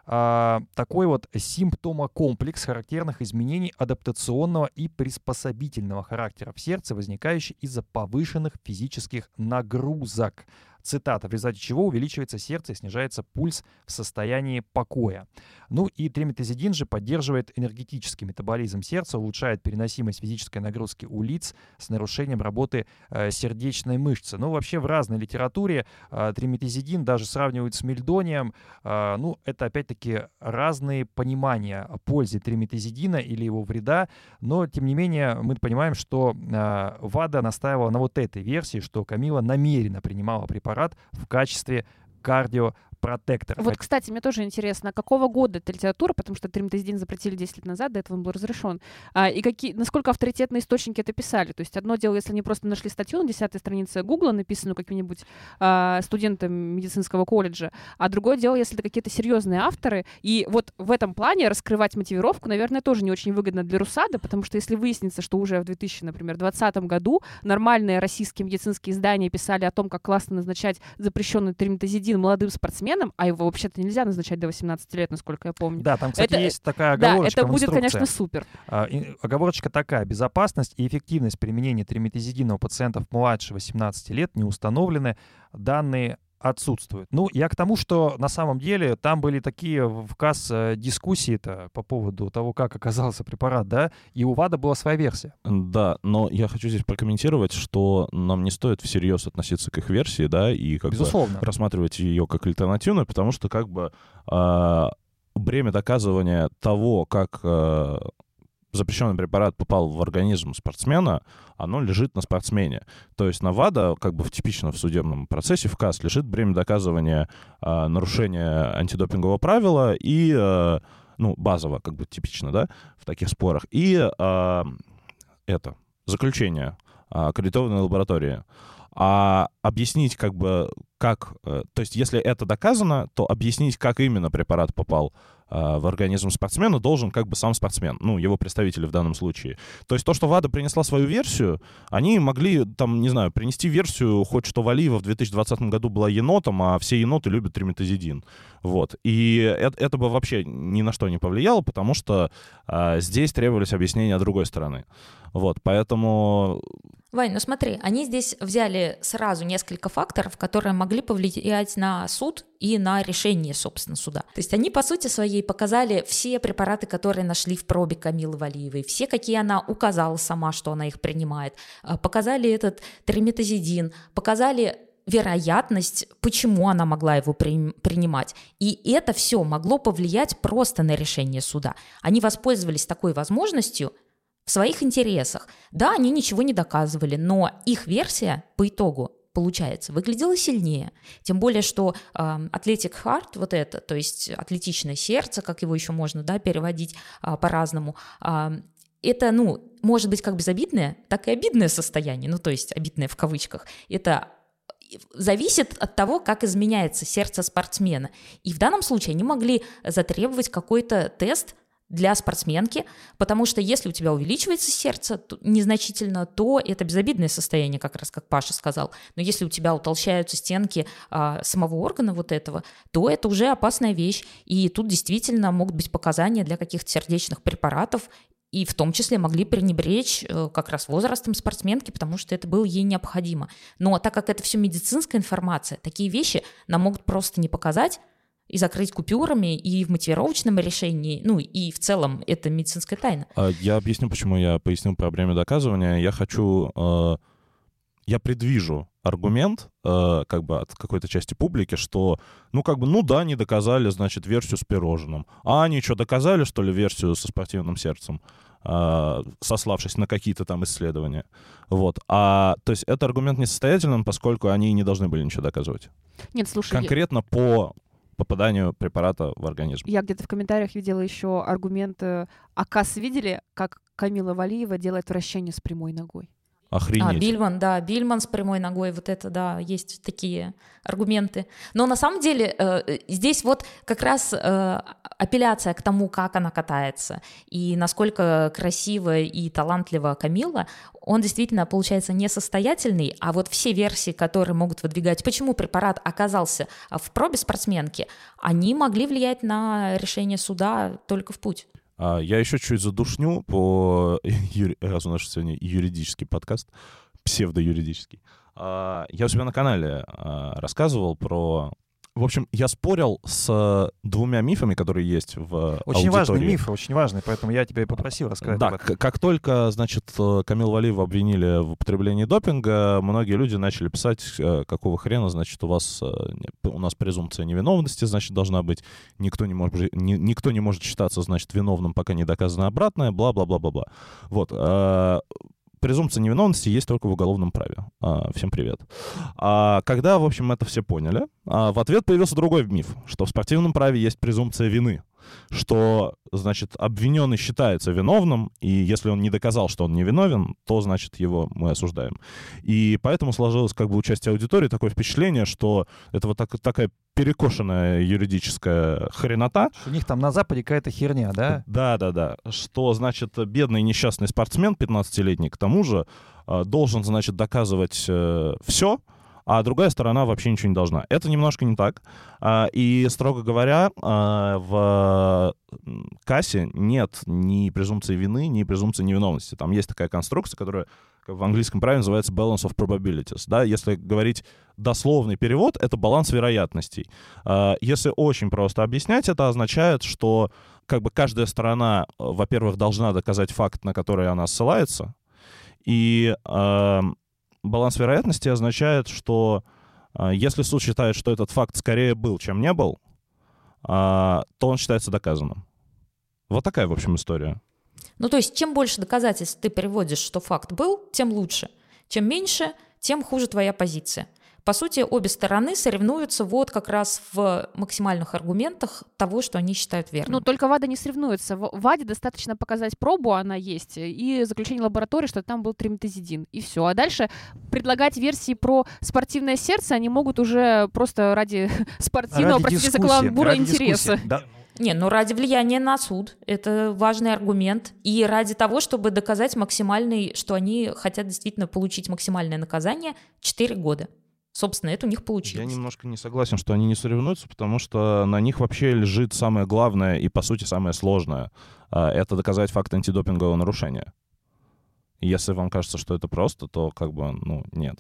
А, такой вот симптомокомплекс характерных изменений адаптационного и приспособительного характера в сердце, возникающий из-за повышенных физических нагрузок. Цитата: в результате чего увеличивается сердце и снижается пульс в состоянии покоя. Ну и триметазидин же поддерживает энергетический метаболизм сердца, улучшает переносимость физической нагрузки у лиц с нарушением работы э, сердечной мышцы. Ну вообще в разной литературе э, триметазидин даже сравнивают с мельдонием. Э, ну это опять-таки разные понимания о пользе триметазидина или его вреда, но тем не менее мы понимаем, что э, ВАДА настаивала на вот этой версии, что Камила намеренно принимала препарат в качестве кардиопротектора. Вот, кстати, мне тоже интересно, какого года эта литература, потому что триметазидин запретили десять лет назад, до этого он был разрешен, а, и какие, насколько авторитетные источники это писали. То есть одно дело, если они просто нашли статью на десятой странице Гугла, написанную каким-нибудь а, студентом медицинского колледжа, а другое дело, если это какие-то серьезные авторы. И вот в этом плане раскрывать мотивировку, наверное, тоже не очень выгодно для РУСАДА, потому что если выяснится, что уже в две тысячи двадцатом году нормальные российские медицинские издания писали о том, как классно назначать запрещенный триметазидин молодым спортсменам, а его вообще-то нельзя назначать до восемнадцати лет, насколько я помню. Да, там, кстати, это, есть такая оговорочка. Да, это в будет, инструкции. конечно, супер. А, и, оговорочка такая: безопасность и эффективность применения триметазидина у пациентов младше восемнадцати лет не установлены, данные отсутствуют. Ну, я к тому, что на самом деле там были такие в КАС дискуссии-то по поводу того, как оказался препарат, да, и у ВАДА была своя версия. Да, но я хочу здесь прокомментировать, что нам не стоит всерьез относиться к их версии, да, и как Безусловно. бы рассматривать ее как альтернативную, потому что как бы э, бремя доказывания того, как э, запрещенный препарат попал в организм спортсмена, оно лежит на спортсмене. То есть на ВАДА, как бы в типичном судебном процессе в КАС, лежит бремя доказывания э, нарушения антидопингового правила и, э, ну, базово, как бы типично, да, в таких спорах. И э, это, заключение э, аккредитованной лаборатории. А объяснить, как бы, как... Э, то есть если это доказано, то объяснить, как именно препарат попал в организм спортсмена, должен как бы сам спортсмен, ну, его представители в данном случае. То есть то, что ВАДА принесла свою версию, они могли, там, не знаю, принести версию, хоть что Валиева в две тысячи двадцатом году была енотом, а все еноты любят триметазидин. Вот. И это, это бы вообще ни на что не повлияло, потому что а, здесь требовались объяснения другой стороны. Вот, поэтому... Вань, ну смотри, они здесь взяли сразу несколько факторов, которые могли повлиять на суд и на решение, собственно, суда. То есть они, по сути своей, показали все препараты, которые нашли в пробе Камилы Валиевой, все, какие она указала сама, что она их принимает, показали этот триметазидин, показали вероятность, почему она могла его при, принимать. И это все могло повлиять просто на решение суда. Они воспользовались такой возможностью в своих интересах. Да, они ничего не доказывали, но их версия по итогу, получается, выглядела сильнее. Тем более, что э, athletic heart, вот это, то есть атлетичное сердце, как его еще можно, да, переводить э, по-разному, э, это, ну, может быть как безобидное, так и обидное состояние, ну, то есть обидное в кавычках. Это зависит от того, как изменяется сердце спортсмена. И в данном случае они могли затребовать какой-то тест для спортсменки, потому что если у тебя увеличивается сердце то, незначительно, то это безобидное состояние, как раз как Паша сказал. Но если у тебя утолщаются стенки а, самого органа вот этого, то это уже опасная вещь. И тут действительно могут быть показания для каких-то сердечных препаратов, и в том числе могли пренебречь э, как раз возрастом спортсменки, потому что это было ей необходимо. Но так как это все медицинская информация, такие вещи нам могут просто не показать, и закрыть купюрами, и в мотивировочном решении, ну и в целом это медицинская тайна. Я объясню, почему я пояснил про время доказывания. Я хочу... Э, я предвижу аргумент э, как бы от какой-то части публики, что, ну как бы, ну да, не доказали, значит, версию с пирожным. А они что, доказали, что ли, версию со спортивным сердцем, э, сославшись на какие-то там исследования? Вот. А, то есть это аргумент несостоятельным, поскольку они не должны были ничего доказывать. Нет, слушай... Конкретно по... попаданию препарата в организм. Я где-то в комментариях видела еще аргумент, э, АКАС видели, как Камила Валиева делает вращение с прямой ногой? Охренеть. А, Бильман, да, Бильман с прямой ногой, вот это, да, есть такие аргументы. Но на самом деле э, здесь вот как раз э, апелляция к тому, как она катается, и насколько красиво и талантливо Камила, он действительно получается несостоятельный, а вот все версии, которые могут выдвигать, почему препарат оказался в пробе спортсменки, они могли влиять на решение суда только в путь. Я еще чуть задушню по... Раз у нас сегодня юридический подкаст, псевдоюридический. Я у себя на канале рассказывал про... В общем, я спорил с двумя мифами, которые есть в Очень аудитории. важный миф, очень важный, поэтому я тебя и попросил рассказать Да, об этом. к- как только, значит, Камилу Валиеву обвинили в употреблении допинга, многие люди начали писать, э, какого хрена, значит, у вас, э, не- у нас презумпция невиновности, значит, должна быть, никто не может, жи- ни- никто не может считаться, значит, виновным, пока не доказано обратное, бла-бла-бла-бла-бла. Вот. э, Презумпция невиновности есть только в уголовном праве. А, всем привет. А, когда, в общем, это все поняли, а, в ответ появился другой миф, что в спортивном праве есть презумпция вины, что, значит, обвиненный считается виновным, и если он не доказал, что он не виновен, то, значит, его мы осуждаем. И поэтому сложилось как бы у части аудитории такое впечатление, что это вот так, такая перекошенная юридическая хренота. У них там на Западе какая-то херня, да? Да-да-да. Что, значит, бедный несчастный спортсмен, пятнадцатилетний, к тому же, э, должен, значит, доказывать э, все, а другая сторона вообще ничего не должна. Это немножко не так. А, И, строго говоря, а, в кассе нет ни презумпции вины, ни презумпции невиновности. Там есть такая конструкция, которая в английском праве называется balance of probabilities. Да? Если говорить дословный перевод, это баланс вероятностей. А, Если очень просто объяснять, это означает, что как бы каждая сторона, во-первых, должна доказать факт, на который она ссылается, и а, баланс вероятности означает, что а, если суд считает, что этот факт скорее был, чем не был, а, то он считается доказанным. Вот такая, в общем, история. Ну, то есть, чем больше доказательств ты приводишь, что факт был, тем лучше. Чем меньше, тем хуже твоя позиция. По сути, обе стороны соревнуются вот как раз в максимальных аргументах того, что они считают верным. Ну, только ВАДА не соревнуется. В ВАДе достаточно показать пробу, она есть, и заключение лаборатории, что там был триметазидин, и все. А дальше предлагать версии про спортивное сердце они могут уже просто ради спортивного, Ради простите за дискуссии, каламбура, ради интереса. дискуссии. Да. Не, ну ради влияния на суд. Это важный аргумент. И ради того, чтобы доказать максимальный, что они хотят действительно получить максимальное наказание четыре года. Собственно, это у них получилось. Я немножко не согласен, что они не соревнуются, потому что на них вообще лежит самое главное и, по сути, самое сложное. Это доказать факт антидопингового нарушения. И если вам кажется, что это просто, то как бы, ну, нет.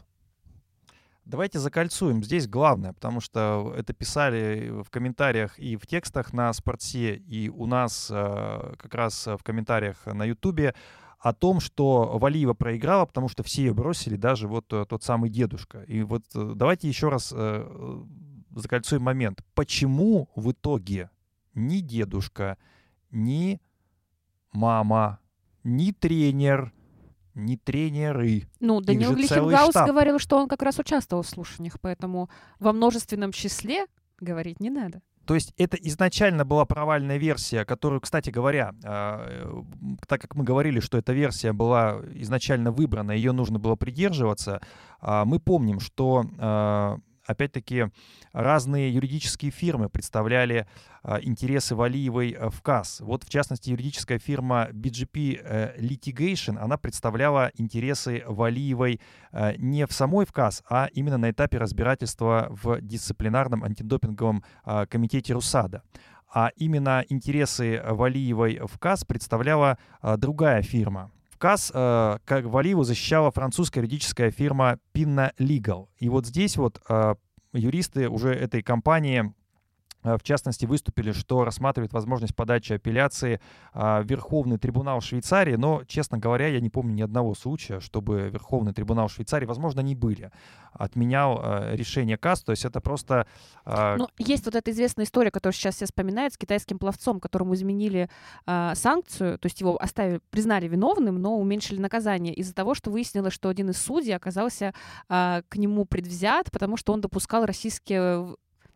Давайте закольцуем. Здесь главное, потому что это писали в комментариях и в текстах на Спортсе, и у нас э, как раз в комментариях на Ютубе о том, что Валиева проиграла, потому что все ее бросили, даже вот э, тот самый дедушка. И вот э, давайте еще раз э, закольцуем момент. Почему в итоге ни дедушка, ни мама, ни тренер, ни тренеры. Ну, Даниил же целый Глихенгаус штаб. говорил, что он как раз участвовал в слушаниях, поэтому во множественном числе говорить не надо. То есть это изначально была провальная версия, которую, кстати говоря, э, так как мы говорили, что эта версия была изначально выбрана, ее нужно было придерживаться, э, мы помним, что, э, опять-таки, разные юридические фирмы представляли э, интересы Валиевой э, в КАС. Вот, в частности, юридическая фирма би джи пи э, Litigation, она представляла интересы Валиевой э, не в самой в КАС, а именно на этапе разбирательства в дисциплинарном антидопинговом э, комитете РУСАДА. А именно интересы Валиевой в КАС представляла э, другая фирма. В КАС э, как Валиеву защищала французская юридическая фирма Pinna Legal. И вот здесь вот э, юристы уже этой компании, в частности, выступили, что рассматривает возможность подачи апелляции в Верховный трибунал Швейцарии, но, честно говоря, я не помню ни одного случая, чтобы Верховный трибунал Швейцарии, возможно, они были, отменял решение КАС, то есть это просто... Ну, есть вот эта известная история, которую сейчас все вспоминают, с китайским пловцом, которому изменили э, санкцию, то есть его оставили, признали виновным, но уменьшили наказание из-за того, что выяснилось, что один из судей оказался э, к нему предвзят, потому что он допускал российские...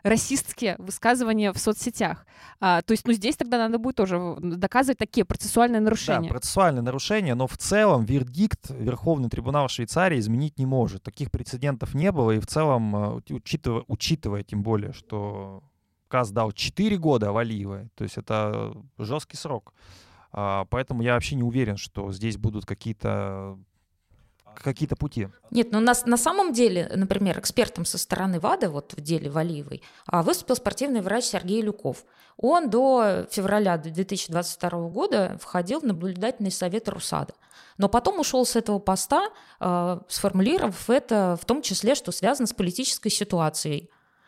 расистские высказывания в соцсетях. А, то есть, ну, здесь тогда надо будет тоже доказывать такие процессуальные нарушения. Да, процессуальные нарушения, но в целом вердикт Верховный трибунал Швейцарии изменить не может. Таких прецедентов не было, и в целом, учитывая, учитывая тем более, что КАС дал четыре года Валиевой, то есть это жесткий срок. А, поэтому я вообще не уверен, что здесь будут какие-то какие-то пути. Нет, ну на, на самом деле, например, экспертом со стороны ВАДА вот в деле Валиевой выступил спортивный врач Сергей Люков. Он до февраля две тысячи двадцать второго года входил в наблюдательный совет РУСАДА. Но потом ушел с этого поста, э, сформулировав это в том числе, что связано с политической ситуацией.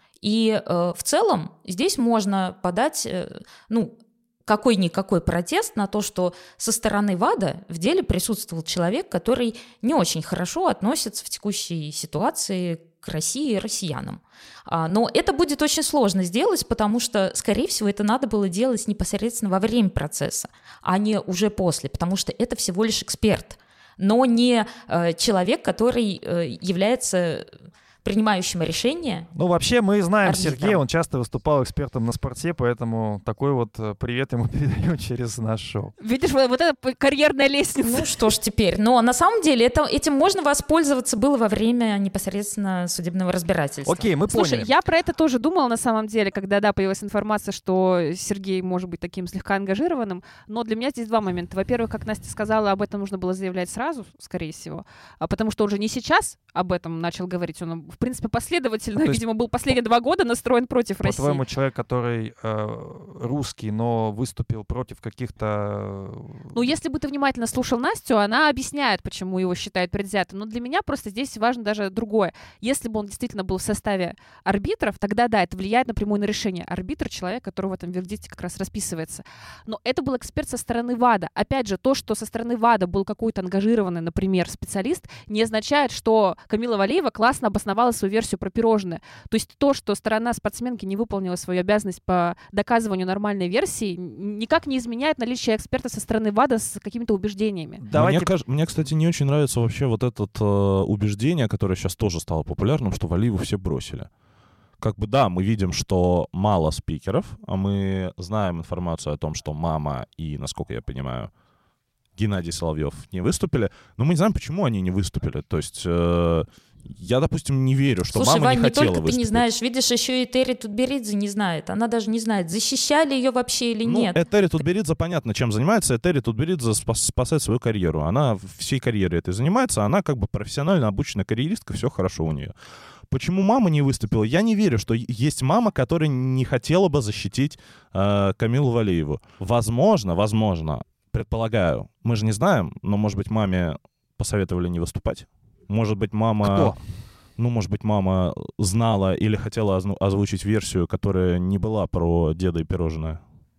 И э, в целом здесь можно подать, э, ну, какой-никакой протест на то, что со стороны ВАДА в деле присутствовал человек, который не очень хорошо относится в текущей ситуации к России и россиянам. Но это будет очень сложно сделать, потому что, скорее всего, это надо было делать непосредственно во время процесса, а не уже после, потому что это всего лишь эксперт, но не человек, который является принимающим решение. Ну, вообще, мы знаем арбитром. Сергея, он часто выступал экспертом на спорте, поэтому такой вот привет ему передаем через наш шоу. Видишь, вот, вот эта карьерная лестница. Ну, что ж теперь. Но на самом деле это, этим можно воспользоваться было во время непосредственно судебного разбирательства. Окей, мы Слушай, поняли. я про это тоже думала на самом деле, когда, да, появилась информация, что Сергей может быть таким слегка ангажированным, но для меня здесь два момента. Во-первых, как Настя сказала, об этом нужно было заявлять сразу, скорее всего, потому что он же не сейчас об этом начал говорить, он в принципе, последовательно, Ну, видимо, был последние два года настроен против России. По-твоему, человек, который э, русский, но выступил против каких-то... Ну, если бы ты внимательно слушал Настю, она объясняет, почему его считают предвзятым. Но для меня просто здесь важно даже другое. Если бы он действительно был в составе арбитров, тогда да, это влияет напрямую на решение. Арбитр — человек, который в этом вердикте как раз расписывается. Но это был эксперт со стороны ВАДА. Опять же, то, что со стороны ВАДА был какой-то ангажированный, например, специалист, не означает, что Камила Валиева классно обосновала свою версию про пирожное. То есть то, что сторона спортсменки не выполнила свою обязанность по доказыванию нормальной версии, никак не изменяет наличие эксперта со стороны ВАДА с какими-то убеждениями. Давайте... Мне, кажется, мне, кстати, не очень нравится вообще вот это э, убеждение, которое сейчас тоже стало популярным, что Валиеву все бросили. Как бы да, мы видим, что мало спикеров, а мы знаем информацию о том, что мама и, насколько я понимаю, Геннадий Соловьев не выступили, но мы не знаем, почему они не выступили. То есть... Э, Я, допустим, не верю, что Слушай, мама Вань, не не хотела только выступить. ты не знаешь, видишь, еще и Терри Тутберидзе не знает. Она даже не знает, защищали ее вообще или ну, нет. Этери Тутберидзе понятно, чем занимается. Этери Тутберидзе спас, спасает свою карьеру. Она всей карьерой этой занимается. Она как бы профессионально обученная карьеристка, все хорошо у нее. Почему мама не выступила? Я не верю, что есть мама, которая не хотела бы защитить э, Камилу Валиеву. Возможно, возможно, предполагаю, мы же не знаем, но, может быть, маме посоветовали не выступать. Может быть, мама... Кто? Ну, может быть, мама знала или хотела озвучить версию, которая не была про деда и пирожное.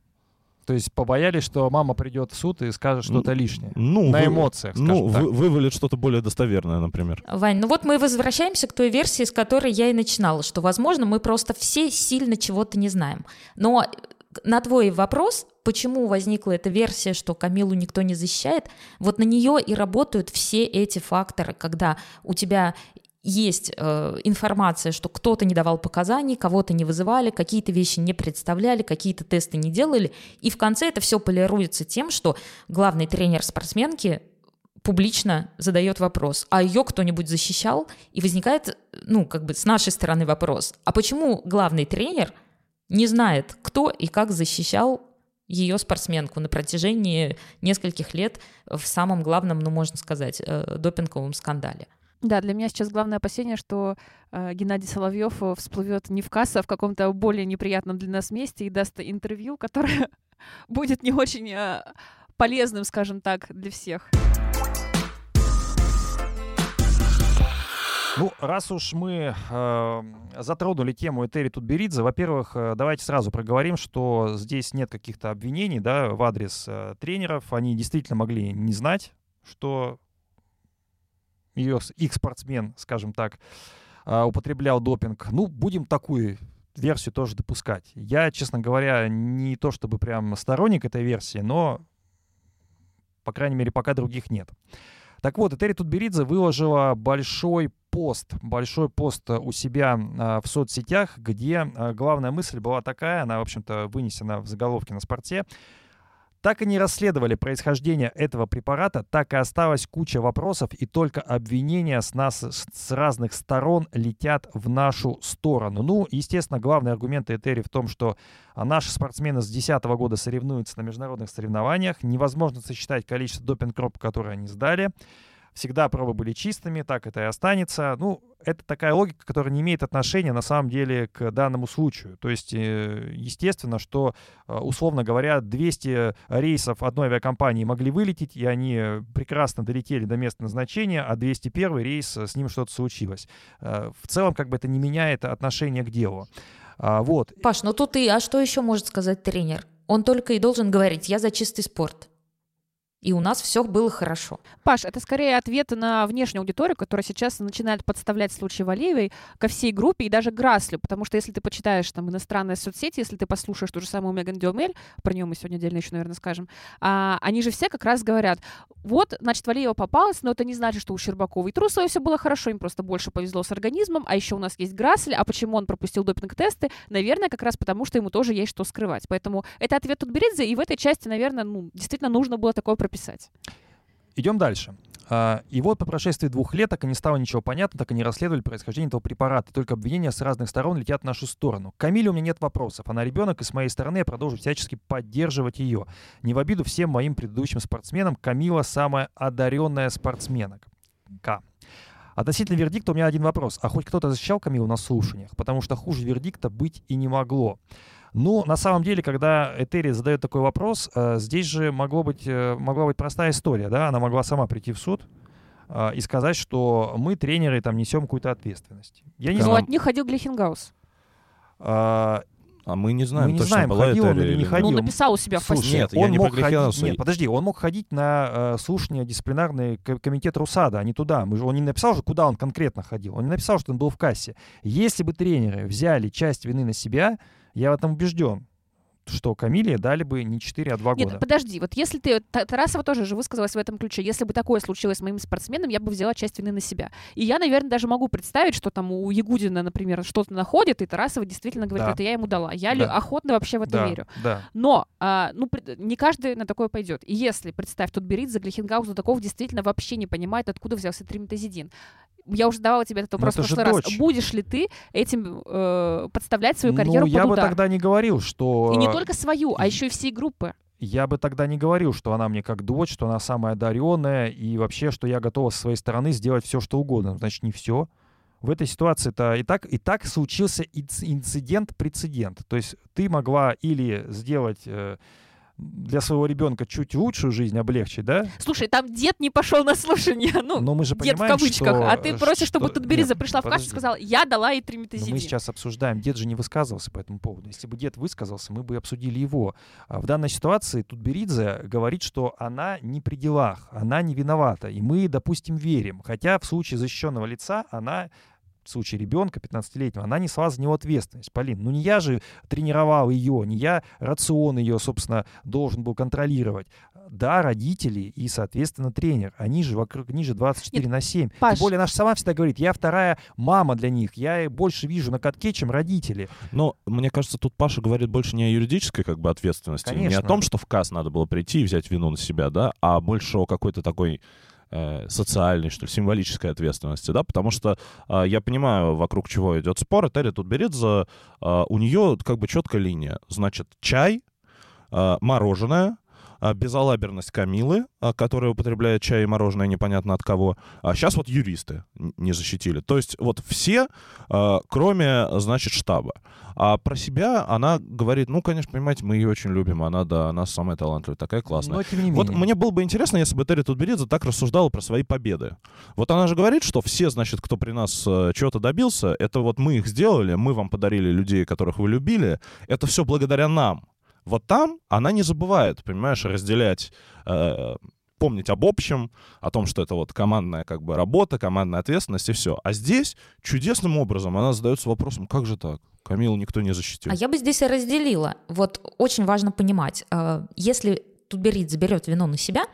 То есть побоялись, что мама придет в суд и скажет что-то лишнее. Ну, на вы, эмоциях, скажем ну, так. Вы, вывалит что-то более достоверное, например. Вань, ну вот мы возвращаемся к той версии, с которой я и начинала, что, возможно, мы просто все сильно чего-то не знаем. Но на твой вопрос, почему возникла эта версия, что Камилу никто не защищает, вот на нее и работают все эти факторы, когда у тебя есть э, информация, что кто-то не давал показаний, кого-то не вызывали, какие-то вещи не представляли, какие-то тесты не делали, и в конце это все полируется тем, что главный тренер спортсменки публично задает вопрос, а ее кто-нибудь защищал? И возникает, ну, как бы с нашей стороны вопрос, а почему главный тренер не знает, кто и как защищал ее спортсменку на протяжении нескольких лет в самом главном, ну, можно сказать, э, допинговом скандале? Да, для меня сейчас главное опасение, что э, Геннадий Соловьев всплывет не в КАС, а в каком-то более неприятном для нас месте и даст интервью, которое будет не очень э, полезным, скажем так, для всех. Ну, раз уж мы э, затронули тему Этери Тутберидзе, во-первых, э, давайте сразу проговорим, что здесь нет каких-то обвинений, да, в адрес э, тренеров. Они действительно могли не знать, что ее, их спортсмен, скажем так, э, употреблял допинг. Ну, будем такую версию тоже допускать. Я, честно говоря, не то чтобы прям сторонник этой версии, но, по крайней мере, пока других нет. Так вот, Этери Тутберидзе выложила большой пост, большой пост у себя а, в соцсетях, где а, главная мысль была такая, она, в общем-то, вынесена в заголовке на Спорте. Так и не расследовали происхождение этого препарата, так и осталась куча вопросов, и только обвинения с нас с разных сторон летят в нашу сторону. Ну, естественно, главный аргумент Этери в том, что наши спортсмены с две тысячи десятого года соревнуются на международных соревнованиях. Невозможно сосчитать количество допинг-проб, которые они сдали. Всегда пробы были чистыми, так это и останется. Ну, это такая логика, которая не имеет отношения на самом деле к данному случаю. То есть, естественно, что, условно говоря, двести рейсов одной авиакомпании могли вылететь, и они прекрасно долетели до места назначения, а двести первый рейс, с ним что-то случилось. В целом, как бы это не меняет отношение к делу. Вот. Паш, ну тут и, а что еще может сказать тренер? Он только и должен говорить: я за чистый спорт. И у нас все было хорошо. Паш, это скорее ответ на внешнюю аудиторию, которая сейчас начинает подставлять случай Валиевой ко всей группе и даже Граслю, потому что если ты почитаешь там иностранные соцсети, если ты послушаешь ту же самую Меган Дюмель, про нее мы сегодня отдельно еще, наверное, скажем, а, они же все как раз говорят: вот, значит, Валиева попалась, но это не значит, что у Щербаковой и Трусовой все было хорошо, им просто больше повезло с организмом, а еще у нас есть Грасль, а почему он пропустил допинг-тесты? Наверное, как раз потому, что ему тоже есть что скрывать. Поэтому это ответ Тутберидзе, и в этой части, наверное, ну, действительно нужно было такое прописать. Идем дальше. И вот по прошествии двух лет так и не стало ничего понятно, так и не расследовали происхождение этого препарата. Только обвинения с разных сторон летят в нашу сторону. К Камиле у меня нет вопросов. Она ребенок, и с моей стороны я продолжу всячески поддерживать ее. Не в обиду всем моим предыдущим спортсменам, Камила самая одаренная спортсменка. Относительно вердикта у меня один вопрос. А хоть кто-то защищал Камилу на слушаниях? Потому что хуже вердикта быть и не могло. Ну, на самом деле, когда Этери задает такой вопрос, э, здесь же могло быть, э, могла быть простая история, да, она могла сама прийти в суд э, и сказать, что мы, тренеры, там, несем какую-то ответственность. Я не Но знаю. от них ходил Глихенгаус. Э, А мы не знаем, мы не точно знаем, была ходил он Этери или не нет. ходил. Ну, написал у себя в Слушай, посте. Нет, я он не мог про Глихенауса. ходить, нет, подожди, он мог ходить на э, слушание дисциплинарный к- комитет РУСАДА, а не туда. Мы же, он не написал же, куда он конкретно ходил. Он не написал, что он был в кассе. Если бы тренеры взяли часть вины на себя, я в этом убежден, что Камиле дали бы не четыре, а два года. Нет, подожди, вот если ты... Тарасова тоже же высказалась в этом ключе. Если бы такое случилось с моим спортсменом, я бы взяла часть вины на себя. И я, наверное, даже могу представить, что там у Ягудина, например, что-то находит, и Тарасова действительно говорит: Да. это я ему дала. Я Да. лю- охотно вообще в это да, верю. да. Но а, ну, пред- не каждый на такое пойдет. И если, представь, Тутберидзе, Глихенгаус, Дудаков действительно вообще не понимает, откуда взялся триметазидин. Я уже задавала тебе этот вопрос в это же прошлый раз. дочь. Будешь ли ты этим э, подставлять свою карьеру Ну, я под бы удар? тогда не говорил, что... И не только свою, а еще и всей группы. Я бы тогда не говорил, что она мне как дочь, что она самая одаренная, и вообще, что я готова со своей стороны сделать все, что угодно. Значит, не все. В этой ситуации-то и так, и так случился инцидент-прецедент. То есть ты могла или сделать э, для своего ребенка чуть лучшую жизнь, облегчить, да? Слушай, там дед не пошел на слушание. Ну, Но мы же дед в понимаем, кавычках. что, А ты просишь, чтобы что- Тутберидзе Нет, пришла в кашу и подожди. сказала: я дала ей Но триметазидин. мы сейчас обсуждаем, дед же не высказывался по этому поводу. Если бы дед высказался, мы бы обсудили его. А в данной ситуации Тутберидзе говорит, что она не при делах, она не виновата. И мы, допустим, верим. Хотя в случае защищенного лица она... в случае ребенка пятнадцатилетнего, она несла за него ответственность. Полин, ну не я же тренировал ее, не я рацион ее, собственно, должен был контролировать. Да, родители и, соответственно, тренер. Они же вокруг, они же двадцать четыре на семь. Паш. Тем более, она же сама всегда говорит: я вторая мама для них, я больше вижу на катке, чем родители. Но мне кажется, тут Паша говорит больше не о юридической как бы ответственности, не Конечно. о том, что в КАС надо было прийти и взять вину на себя, да, а больше о какой-то такой э, социальной, что ли, символической ответственности, да, потому что э, я понимаю, вокруг чего идет спор. Этери Тутберидзе, э, у нее как бы четкая линия. Значит, чай, э, мороженое, э, безалаберность Камилы, э, которая употребляет чай и мороженое непонятно от кого. А сейчас вот юристы н- не защитили. То есть вот все, э, кроме, значит, штаба. А про себя она говорит: ну, конечно, понимаете, мы ее очень любим, она, да, она самая талантливая, такая классная. Но тем не Вот менее. мне было бы интересно, если бы Этери Тутберидзе так рассуждала про свои победы. Вот она же говорит, что все, значит, кто при нас э, чего-то добился, это вот мы их сделали, мы вам подарили людей, которых вы любили, это все благодаря нам. Вот там она не забывает, понимаешь, разделять, э, помнить об общем, о том, что это вот командная как бы работа, командная ответственность и все. А здесь чудесным образом она задается вопросом: как же так? Камилу никто не защитил. А я бы здесь и разделила. Вот очень важно понимать, э, если Тутберидзе берет вину на себя,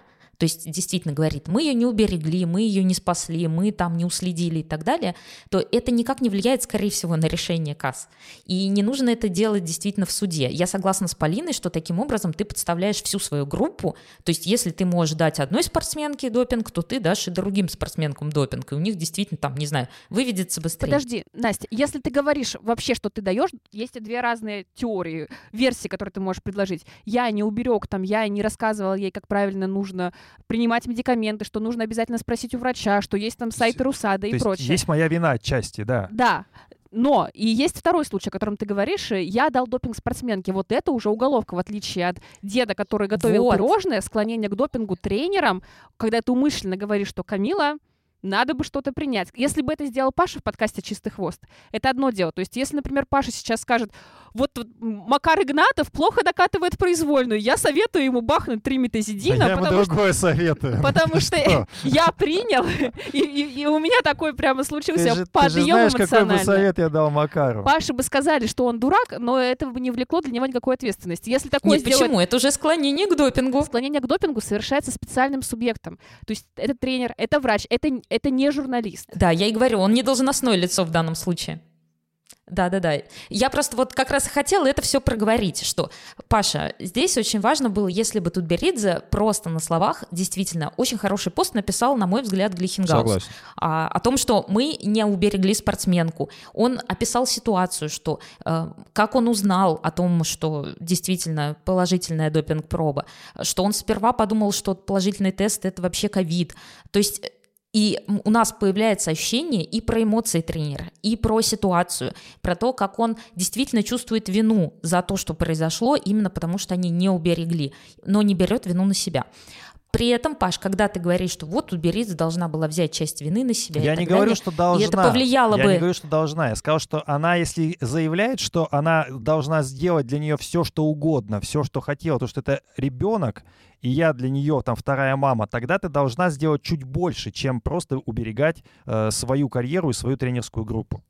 то есть действительно говорит, мы ее не уберегли, мы ее не спасли, мы там не уследили и так далее, то это никак не влияет, скорее всего, на решение КАС. И не нужно это делать действительно в суде. Я согласна с Полиной, что таким образом ты подставляешь всю свою группу, то есть если ты можешь дать одной спортсменке допинг, то ты дашь и другим спортсменкам допинг, и у них действительно там, не знаю, выведется быстрее. Подожди, Настя, если ты говоришь вообще, что ты даешь, есть две разные теории, версии, которые ты можешь предложить. Я не уберег, там, я не рассказывала ей, как правильно нужно принимать медикаменты, что нужно обязательно спросить у врача, что есть там сайты РУСАДА и прочее. Есть моя вина отчасти, да. Да. Но и есть второй случай, о котором ты говоришь. Я дал допинг спортсменке. Вот это уже уголовка, в отличие от деда, который готовил вот. пирожное, склонение к допингу тренерам, когда ты умышленно говоришь, что Камила, надо бы что-то принять. Если бы это сделал Паша в подкасте «Чистый хвост», это одно дело. То есть если, например, Паша сейчас скажет, вот, вот Макар Игнатов плохо докатывает произвольную, я советую ему бахнуть три метазидина. Да я ему другое что, советую. Потому что я принял, и, и, и у меня такой прямо случился ты же, подъем ты же знаешь, эмоциональный. какой бы совет я дал Макару. Паше бы сказали, что он дурак, но это бы не влекло для него никакой ответственности. Если такое Нет, сделать... почему? Это уже склонение к допингу. Склонение к допингу совершается специальным субъектом. То есть это тренер, это врач, это, это не журналист. Да, я и говорю, он не должностное лицо в данном случае. Да-да-да. Я просто вот как раз и хотела это все проговорить, что, Паша, здесь очень важно было, если бы Тутберидзе просто на словах действительно очень хороший пост написал, на мой взгляд, Глихенгаус. А, о том, что мы не уберегли спортсменку. Он описал ситуацию, что э, как он узнал о том, что действительно положительная допинг-проба, что он сперва подумал, что положительный тест — это вообще ковид. То есть... И у нас появляется ощущение и про эмоции тренера, и про ситуацию, про то, как он действительно чувствует вину за то, что произошло, именно потому что они не уберегли, но не берет вину на себя. При этом, Паш, когда ты говоришь, что вот Тутберидзе должна была взять часть вины на себя, я и не так говорю, далее, что должна. и это повлияло я бы... не говорю, что должна. Я сказал, что она, если заявляет, что она должна сделать для нее все, что угодно, все, что хотела, то, что это ребенок, и я для нее там вторая мама, тогда ты должна сделать чуть больше, чем просто уберегать э, свою карьеру и свою тренерскую группу.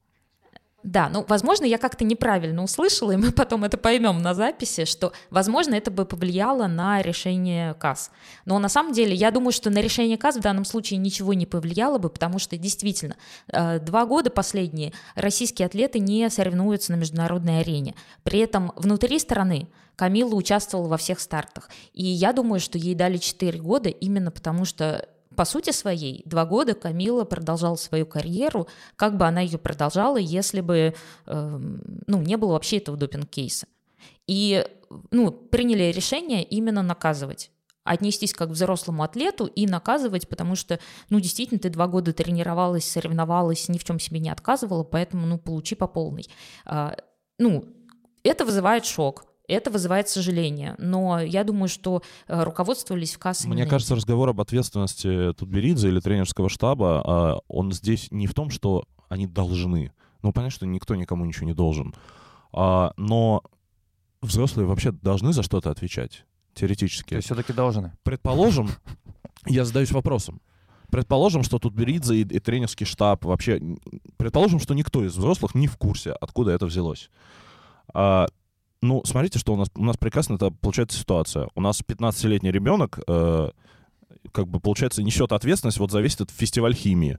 Да, ну, возможно, я как-то неправильно услышала, и мы потом это поймем на записи, что, возможно, это бы повлияло на решение КАС. Но на самом деле, я думаю, что на решение КАС в данном случае ничего не повлияло бы, потому что, действительно, два года последние российские атлеты не соревнуются на международной арене. При этом внутри страны Камила участвовала во всех стартах. И я думаю, что ей дали четыре года именно потому, что по сути своей, два года Камила продолжала свою карьеру, как бы она ее продолжала, если бы э, ну, не было вообще этого допинг-кейса. И ну, приняли решение именно наказывать, отнестись как к взрослому атлету и наказывать, потому что, ну, действительно, ты два года тренировалась, соревновалась, ни в чем себе не отказывала, поэтому, ну, получи по полной. А, ну, это вызывает шок. Это вызывает сожаление, но я думаю, что э, руководствовались в КАС. Мне кажется, разговор об ответственности Тутберидзе или тренерского штаба, э, он здесь не в том, что они должны. Ну, понятно, что никто никому ничего не должен. А, но взрослые вообще должны за что-то отвечать, теоретически. То есть все-таки должны. Предположим, я задаюсь вопросом. Предположим, что Тутберидзе и, и тренерский штаб вообще... Предположим, что никто из взрослых не в курсе, откуда это взялось. А, Ну, смотрите, что у нас, у нас прекрасно это получается ситуация. У нас пятнадцатилетний ребенок, э, как бы, получается, несет ответственность вот за весь этот фестиваль химии.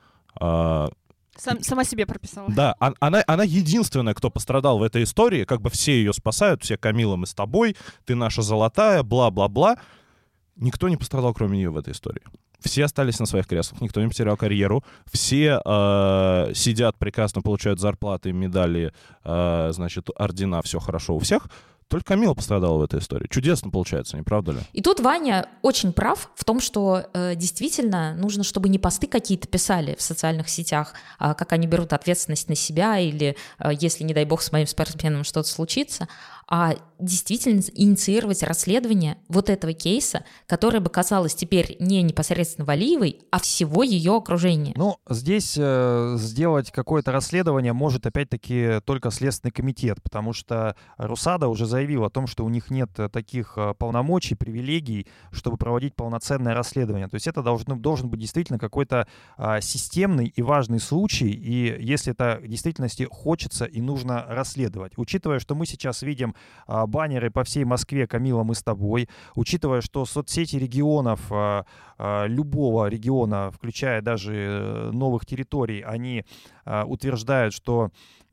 А, Сам, сама себе прописала. да, а, она, она единственная, кто пострадал в этой истории. Как бы все ее спасают, все: Камила, мы с тобой, ты наша золотая, бла-бла-бла. Никто не пострадал, кроме нее, в этой истории. Все остались на своих креслах, никто не потерял карьеру. Все э, сидят прекрасно, получают зарплаты, медали, э, значит, ордена, все хорошо у всех. Только Камила пострадала в этой истории. Чудесно получается, не правда ли? И тут Ваня очень прав в том, что э, действительно нужно, чтобы не посты какие-то писали в социальных сетях, э, как они берут ответственность на себя или, э, если, не дай бог, с моим спортсменом что-то случится, а действительно инициировать расследование вот этого кейса, которое бы касалось теперь не непосредственно Валиевой, а всего ее окружения. Ну, здесь э, сделать какое-то расследование может, опять-таки, только Следственный комитет, потому что РУСАДА уже за заявил о том, что у них нет таких полномочий, привилегий, чтобы проводить полноценное расследование. То есть это должно, должен быть действительно какой-то а, системный и важный случай, и если это в действительности хочется и нужно расследовать. Учитывая, что мы сейчас видим а, баннеры по всей Москве «Камилла, мы с тобой», учитывая, что соцсети регионов, а, а, любого региона, включая даже новых территорий, они а, утверждают, что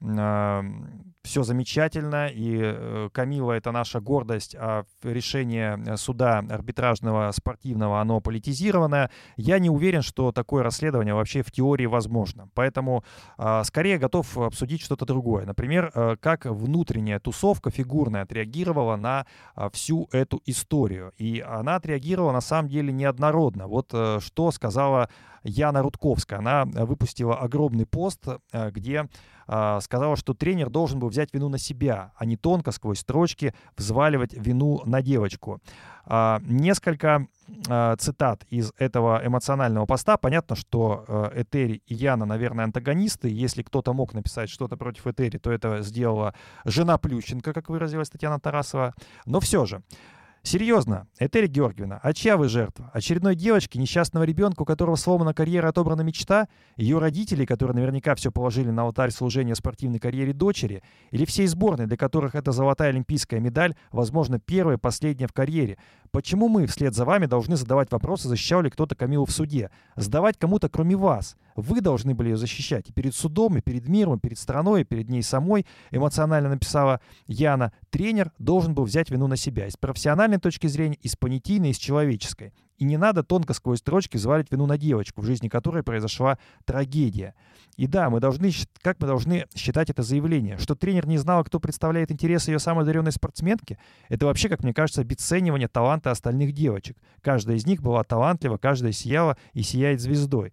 все замечательно, и Камилла — это наша гордость, а решение суда арбитражного спортивного, оно политизированное. Я не уверен, что такое расследование вообще в теории возможно. Поэтому скорее готов обсудить что-то другое. Например, как внутренняя тусовка фигурная отреагировала на всю эту историю. И она отреагировала на самом деле неоднородно. Вот что сказала Яна Рудковская. Она выпустила огромный пост, где сказала, что тренер должен был взять вину на себя, а не тонко сквозь строчки взваливать вину на девочку. Несколько цитат из этого эмоционального поста. Понятно, что Этери и Яна, наверное, антагонисты. Если кто-то мог написать что-то против Этери, то это сделала жена Плющенко, как выразилась Татьяна Тарасова. Но все же. Серьезно, Этери Георгиевна, а чья вы жертва? Очередной девочки, несчастного ребенка, у которого сломана карьера, отобрана мечта? Ее родителей, которые наверняка все положили на алтарь служения спортивной карьере дочери? Или всей сборной, для которых эта золотая олимпийская медаль, возможно, первая и последняя в карьере? Почему мы вслед за вами должны задавать вопросы, защищал ли кто-то Камилу в суде? Сдавать кому-то, кроме вас. Вы должны были ее защищать и перед судом, и перед миром, и перед страной, и перед ней самой, эмоционально написала Яна. Тренер должен был взять вину на себя. И с профессиональной точки зрения, и с понятийной, и с человеческой. И не надо тонко сквозь строчки взвалить вину на девочку, в жизни которой произошла трагедия. И да, мы должны, как мы должны считать это заявление? Что тренер не знал, кто представляет интересы ее самой одаренной спортсменки? Это вообще, как мне кажется, обесценивание таланта остальных девочек. Каждая из них была талантлива, каждая сияла и сияет звездой.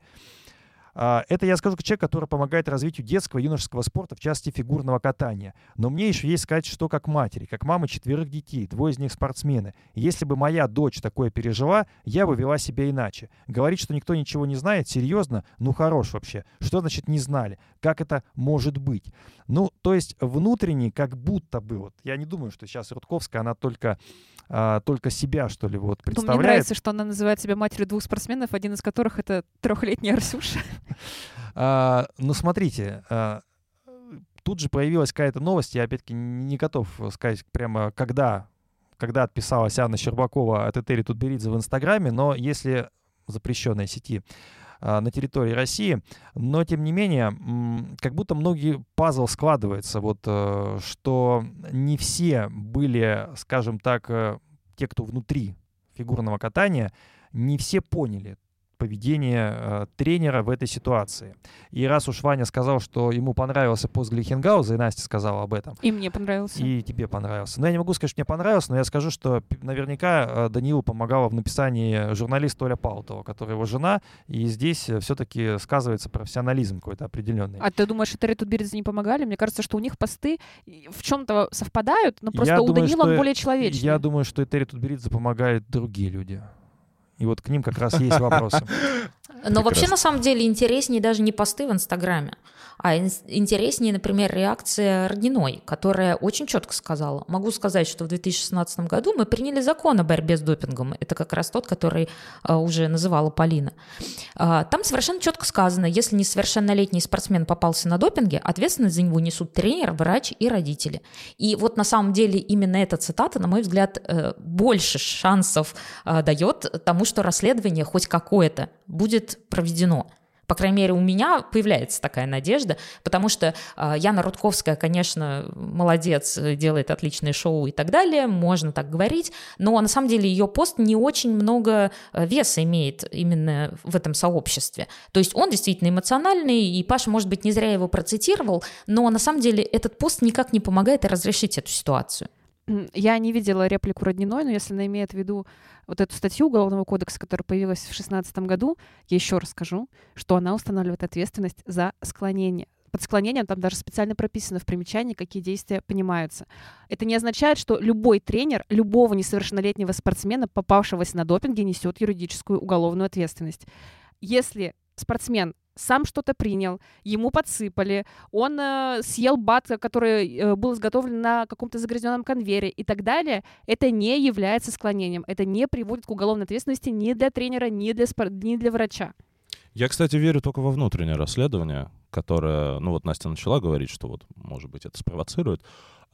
Это я скажу как человек, который помогает развитию детского и юношеского спорта, в частности фигурного катания. Но мне еще есть сказать, что как матери, как мама четверых детей, двое из них спортсмены. Если бы моя дочь такое пережила, я бы вела себя иначе. Говорить, что никто ничего не знает, серьезно? Ну хорош вообще. Что значит не знали? Как это может быть? Ну, то есть внутренний как будто бы, вот, я не думаю, что сейчас Рудковская, она только, а, только себя, что ли, вот представляет. Мне нравится, что она называет себя матерью двух спортсменов, один из которых это трехлетняя Арсюша. А, ну, смотрите, а, тут же появилась какая-то новость, я опять-таки не готов сказать прямо, когда, когда отписалась Анна Щербакова от Этери Тутберидзе в Инстаграме, но если запрещенной сети а, на территории России, но тем не менее, м, как будто многие пазл складывается, вот, а, что не все были, скажем так, а, те, кто внутри фигурного катания, не все поняли поведение э, тренера в этой ситуации. И раз уж Ваня сказал, что ему понравился пост Глихенгауза, и Настя сказала об этом. И мне понравился. И тебе понравился. Но я не могу сказать, что мне понравился, но я скажу, что наверняка э, Даниилу помогала в написании журналист Оля Паутова, которая его жена, и здесь все-таки сказывается профессионализм какой-то определенный. А ты думаешь, Этери Тутберидзе не помогали? Мне кажется, что у них посты в чем-то совпадают, но просто я у думаю, Даниила что, он более человечный. Я думаю, что Этери Тутберидзе помогают другие люди. И вот к ним как раз есть вопросы. Но вообще, на самом деле, интереснее даже не посты в Инстаграме, а интереснее, например, реакция Родниной, которая очень четко сказала. Могу сказать, что в две тысячи шестнадцатом году мы приняли закон о борьбе с допингом. Это как раз тот, который а, уже называла Полина. А, там совершенно четко сказано, если несовершеннолетний спортсмен попался на допинге, ответственность за него несут тренер, врач и родители. И вот на самом деле именно эта цитата, на мой взгляд, больше шансов дает тому, что расследование хоть какое-то будет проведено. По крайней мере, у меня появляется такая надежда, потому что э, Яна Рудковская, конечно, молодец, делает отличное шоу и так далее, можно так говорить, но на самом деле ее пост не очень много веса имеет именно в этом сообществе. То есть он действительно эмоциональный, и Паша, может быть, не зря его процитировал, но на самом деле этот пост никак не помогает разрешить эту ситуацию. Я не видела реплику Родниной, но если она имеет в виду вот эту статью Уголовного кодекса, которая появилась в две тысячи шестнадцатом году, я еще раз скажу, что она устанавливает ответственность за склонение. Под склонением там даже специально прописано в примечании, какие действия понимаются. Это не означает, что любой тренер любого несовершеннолетнего спортсмена, попавшегося на допинге, несет юридическую уголовную ответственность. Если спортсмен сам что-то принял, ему подсыпали, он э, съел бат, который э, был изготовлен на каком-то загрязненном конвейере и так далее, это не является склонением, это не приводит к уголовной ответственности ни для тренера, ни для, спор- ни для врача. Я, кстати, верю только во внутреннее расследование, которое, ну вот Настя начала говорить, что вот, может быть, это спровоцирует,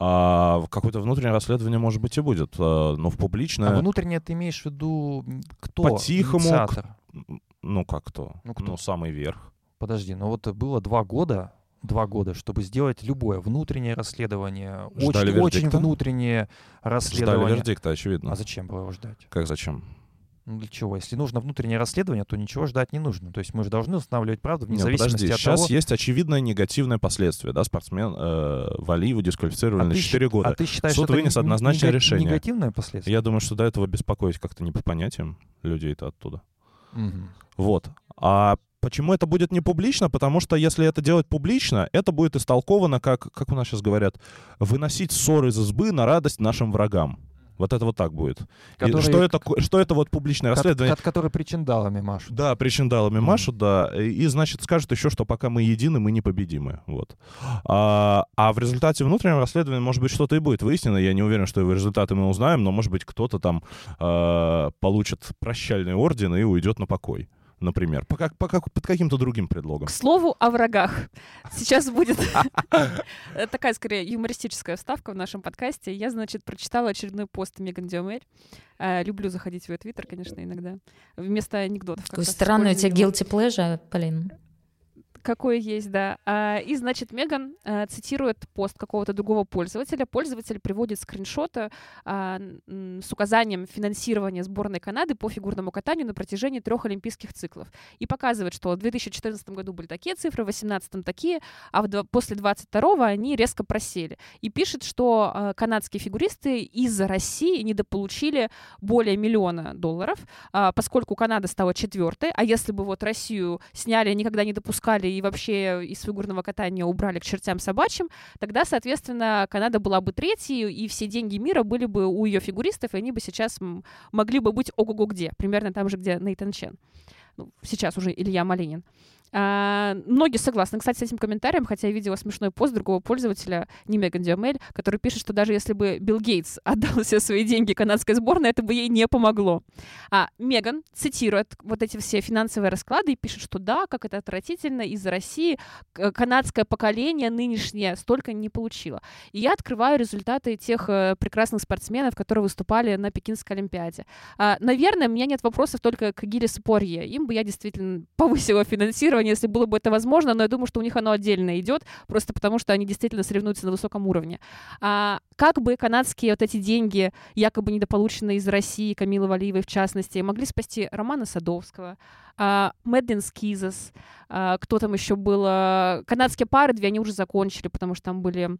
а какое-то внутреннее расследование, может быть, и будет, но в публичное... А внутреннее ты имеешь в виду кто? По-тихому... Инициатор? Ну, как кто? Ну, кто? Ну, самый верх. Подожди, ну вот было два года, два года, чтобы сделать любое внутреннее расследование, Ждали очень, очень вердикта? внутреннее расследование. Ждали вердикта, очевидно. А зачем было его ждать? Как зачем? Ну для чего? Если нужно внутреннее расследование, то ничего ждать не нужно. То есть мы же должны устанавливать правду вне Не, зависимости подожди, от сейчас того... есть очевидное негативное последствие, да, спортсмен э, Валиеву дисквалифицировали а на ты четыре щ- года. А ты считаешь, Суд что это вынес не- однозначное нега- решение. негативное последствие? Я думаю, что до этого беспокоить как-то не по понятиям людей-то оттуда. Мгм. Вот. А почему это будет не публично? Потому что если это делать публично, это будет истолковано как, как у нас сейчас говорят, выносить ссоры из избы на радость нашим врагам. Вот это вот так будет. И Которые- что, это, что это вот публичное Ко- расследование? ко- Которые причиндалами машут. Да, причиндалами Мгм. машут, да. И, и, значит, скажут еще, что пока мы едины, мы непобедимы. Вот. А, а в результате внутреннего расследования, может быть, что-то и будет выяснено. Я не уверен, что его результаты мы узнаем, но, может быть, кто-то там а, получит прощальный орден и уйдет на покой. Например, по как, по как, под каким-то другим предлогом. К слову о врагах. Сейчас будет такая, скорее, юмористическая вставка в нашем подкасте. Я, значит, прочитала очередной пост Меган Дюамель. Э, Люблю заходить в ее твиттер, конечно, иногда. Вместо анекдотов. как Какой раз странный у тебя использую юмор. guilty pleasure, Полин. Какой есть, да. А, И, значит, Меган а, цитирует пост какого-то другого пользователя. Пользователь приводит скриншоты а, м, с указанием финансирования сборной Канады по фигурному катанию на протяжении трех олимпийских циклов. И показывает, что в две тысячи четырнадцатом году были такие цифры, в две тысячи восемнадцатом такие, а в, два- после двадцать второго они резко просели. И пишет, что а, канадские фигуристы из России недополучили более миллиона долларов, а, поскольку Канада стала четвертой, а если бы вот Россию сняли, никогда не допускали и вообще из фигурного катания убрали к чертям собачьим, тогда, соответственно, Канада была бы третьей, и все деньги мира были бы у ее фигуристов, и они бы сейчас м, могли бы быть ого-го где, примерно там же, где Нейтан Чен. Ну, сейчас уже Илья Малинин. А, многие согласны, кстати, с этим комментарием, хотя я видела смешной пост другого пользователя, не Меган Дюамель, который пишет, что даже если бы Билл Гейтс отдал все свои деньги канадской сборной, это бы ей не помогло. А Меган цитирует вот эти все финансовые расклады и пишет, что да, как это отвратительно, из-за России к- канадское поколение нынешнее столько не получило. И я открываю результаты тех э, прекрасных спортсменов, которые выступали на Пекинской Олимпиаде. А, наверное, у меня нет вопросов только к Гиллис Порье. Им бы я действительно повысила финансирование, если было бы это возможно, но я думаю, что у них оно отдельно идет, просто потому что они действительно соревнуются на высоком уровне. А как бы канадские вот эти деньги, якобы недополученные из России, Камилы Валиевой в частности, могли спасти Романа Садовского, а, Мэдлин Скизас, а, кто там еще был? А, канадские пары, две они уже закончили, потому что там были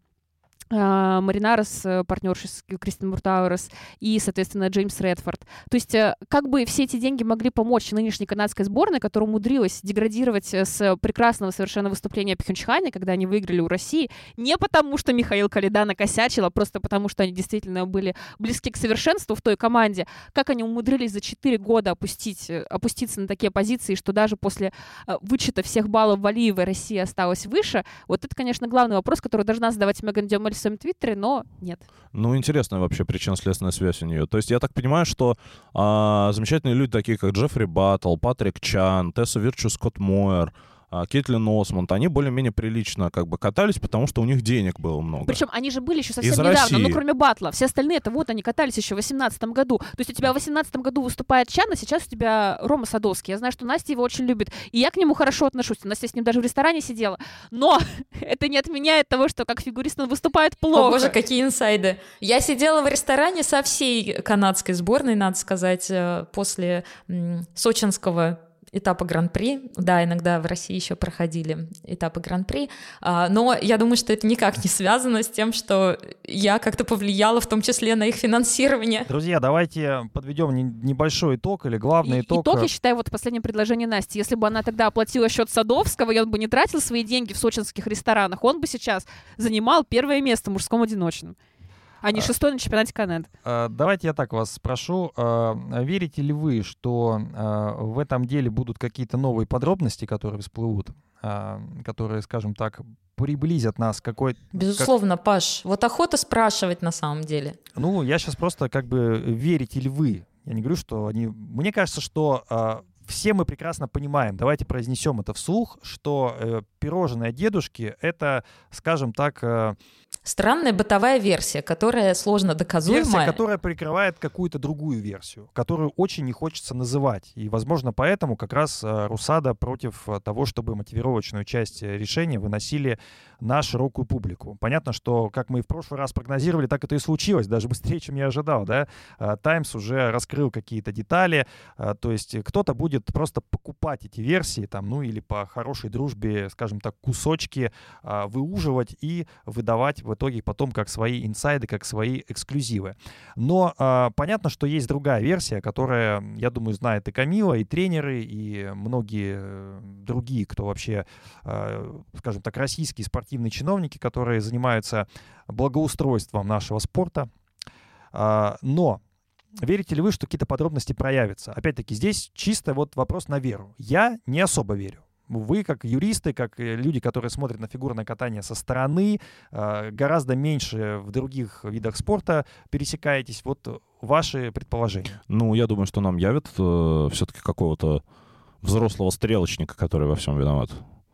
а, Маринарес, э, партнерши с Кристин Муртауэрс, и, соответственно, Джеймс Редфорд. То есть э, как бы все эти деньги могли помочь нынешней канадской сборной, которая умудрилась деградировать э, с прекрасного совершенно выступления в Пхенчхане, когда они выиграли у России, не потому что Михаил Калида накосячил, а просто потому что они действительно были близки к совершенству в той команде. Как они умудрились за четыре года опустить, э, опуститься на такие позиции, что даже после э, вычета всех баллов Валиевой Россия осталась выше, вот это, конечно, главный вопрос, который должна задавать Меган Дюамель в своем твиттере, но нет. Ну, интересная вообще причинно-следственная связь у нее. То есть я так понимаю, что а, замечательные люди, такие как Джеффри Баттл, Патрик Чан, Тесса Вирчу Скотт Мойер, а, Кейтлин Осмонд, они более-менее прилично как бы катались, потому что у них денег было много. Причем они же были еще совсем Из недавно, России. ну, кроме Батла. Все остальные-то вот они катались еще в восемнадцатом году. То есть у тебя в восемнадцатом году выступает Чан, а сейчас у тебя Рома Садовский. Я знаю, что Настя его очень любит, и я к нему хорошо отношусь. Настя с ним даже в ресторане сидела. Но это не отменяет того, что как фигурист он выступает плохо. О, боже, какие инсайды. Я сидела в ресторане со всей канадской сборной, надо сказать, э, после м, сочинского этапа Гран-при. Да, иногда в России еще проходили этапы Гран-при. А, но я думаю, что это никак не связано с тем, что я как-то повлияла в том числе на их финансирование. Друзья, давайте подведем не- небольшой итог или главный И- итог. Итог, я считаю, вот последнее предложение Насти. Если бы она тогда оплатила счет Садовского, и он бы не тратил свои деньги в сочинских ресторанах, он бы сейчас занимал первое место в мужском одиночном. А не шестой на чемпионате Канады. Давайте я так вас спрошу. Верите ли вы, что в этом деле будут какие-то новые подробности, которые всплывут, которые, скажем так, приблизят нас к какой-то... Безусловно, как... Паш. Вот охота спрашивать на самом деле. Ну, я сейчас просто как бы верите ли вы? Я не говорю, что они... Мне кажется, что э, все мы прекрасно понимаем, давайте произнесем это вслух, что э, пирожное дедушки — это, скажем так... Э, Странная бытовая версия, которая сложно доказуемая. Версия, которая прикрывает какую-то другую версию, которую очень не хочется называть. И, возможно, поэтому как раз Русада против того, чтобы мотивировочную часть решения выносили на широкую публику. Понятно, что, как мы и в прошлый раз прогнозировали, так это и случилось, даже быстрее, чем я ожидал. Да? Таймс уже раскрыл какие-то детали. То есть кто-то будет просто покупать эти версии, там, ну или по хорошей дружбе, скажем так, кусочки выуживать и выдавать в итоге потом как свои инсайды, как свои эксклюзивы. Но э, понятно, что есть другая версия, которая, я думаю, знает и Камила, и тренеры, и многие другие, кто вообще, э, скажем так, российские спортивные чиновники, которые занимаются благоустройством нашего спорта. Э, но верите ли вы, что какие-то подробности проявятся? Опять-таки, здесь чисто вот вопрос на веру. Я не особо верю. Вы, как юристы, как люди, которые смотрят на фигурное катание со стороны, гораздо меньше в других видах спорта пересекаетесь. Вот ваши предположения. Ну, я думаю, что нам явят э, все-таки какого-то взрослого стрелочника, который во всем виноват.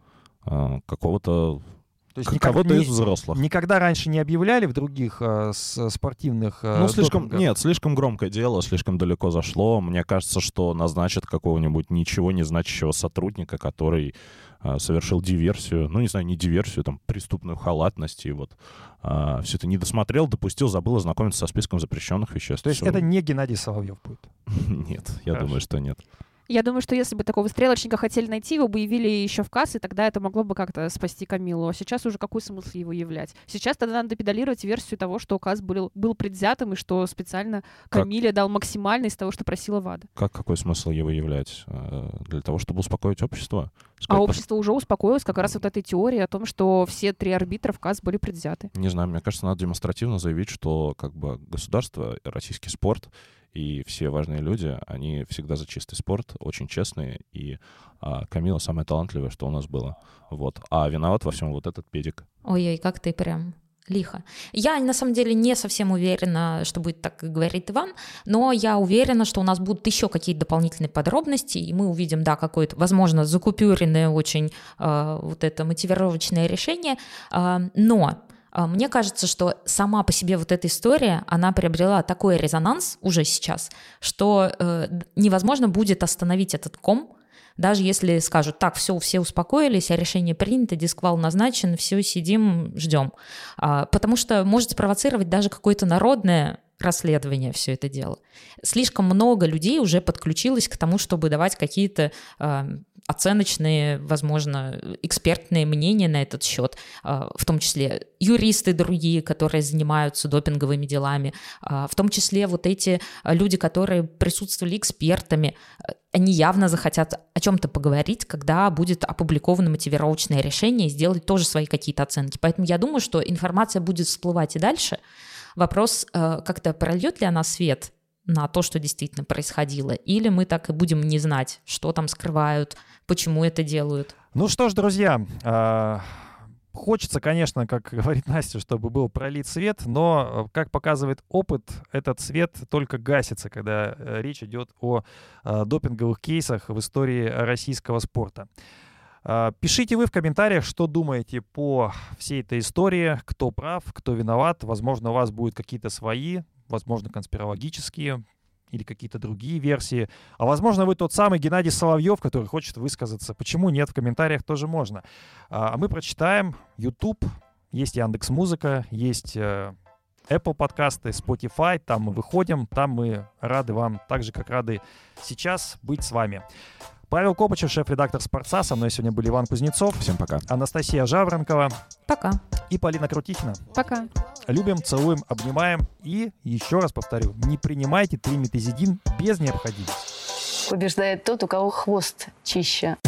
Э, какого-то... То есть кого-то не, из взрослых. Никогда раньше не объявляли в других э, с, спортивных э, Ну, слишком, допингах? Нет, слишком громкое дело, слишком далеко зашло. Мне кажется, что назначат какого-нибудь ничего не значащего сотрудника, который э, совершил диверсию, ну, не знаю, не диверсию, там, преступную халатность, и вот э, все это не досмотрел, допустил, забыл ознакомиться со списком запрещенных веществ. То есть Все. это не Геннадий Соловьев будет? Нет, я Хорошо. думаю, что нет. Я думаю, что если бы такого стрелочника хотели найти, его бы явили еще в кассы, тогда это могло бы как-то спасти Камилу. А сейчас уже какой смысл его являть? Сейчас тогда надо педалировать версию того, что указ был, был предвзятым и что специально Камиле дал максимально из того, что просила ВАДА. Как, какой смысл его являть? Для того, чтобы успокоить общество? А общество уже успокоилось как раз вот этой теорией о том, что все три арбитра в КАС были предвзяты. Не знаю, мне кажется, надо демонстративно заявить, что как бы государство, российский спорт и все важные люди, они всегда за чистый спорт, очень честные, и а, Камила самая талантливая, что у нас было. Вот. А виноват во всем вот этот педик. Ой-ой, как ты прям... лихо. Я, на самом деле, не совсем уверена, что будет так, как говорит Иван, но я уверена, что у нас будут еще какие-то дополнительные подробности, и мы увидим, да, какое-то, возможно, закупюренное очень э, вот это мотивировочное решение, э, но э, мне кажется, что сама по себе вот эта история, она приобрела такой резонанс уже сейчас, что э, невозможно будет остановить этот ком. Даже если скажут, так, все, все успокоились, а решение принято, дисквал назначен, все, сидим, ждем. А, потому что может спровоцировать даже какое-то народное расследование все это дело. Слишком много людей уже подключилось к тому, чтобы давать какие-то а, оценочные, возможно, экспертные мнения на этот счет, а, в том числе юристы другие, которые занимаются допинговыми делами, а, в том числе вот эти люди, которые присутствовали экспертами, они явно захотят о чем-то поговорить, когда будет опубликовано мотивировочное решение, и сделать тоже свои какие-то оценки. Поэтому я думаю, что информация будет всплывать и дальше. Вопрос, как-то прольет ли она свет на то, что действительно происходило, или мы так и будем не знать, что там скрывают, почему это делают. Ну что ж, друзья, хочется, конечно, как говорит Настя, чтобы был пролит свет, но, как показывает опыт, этот свет только гасится, когда речь идет о допинговых кейсах в истории российского спорта. Пишите вы в комментариях, что думаете по всей этой истории, кто прав, кто виноват. Возможно, у вас будут какие-то свои, возможно, конспирологические или какие-то другие версии. А возможно, вы тот самый Геннадий Соловьев, который хочет высказаться. Почему нет? В комментариях тоже можно. А мы прочитаем YouTube, есть Яндекс.Музыка, есть Apple подкасты, Spotify. Там мы выходим, там мы рады вам, так же, как рады сейчас быть с вами. Павел Копычев, шеф-редактор «Спортса». Со мной сегодня были Иван Кузнецов. Всем пока. Анастасия Жаворонкова. Пока. И Полина Крутихина. Пока. Любим, целуем, обнимаем. И еще раз повторю, не принимайте триметазидин без необходимости. Побеждает тот, у кого хвост чище.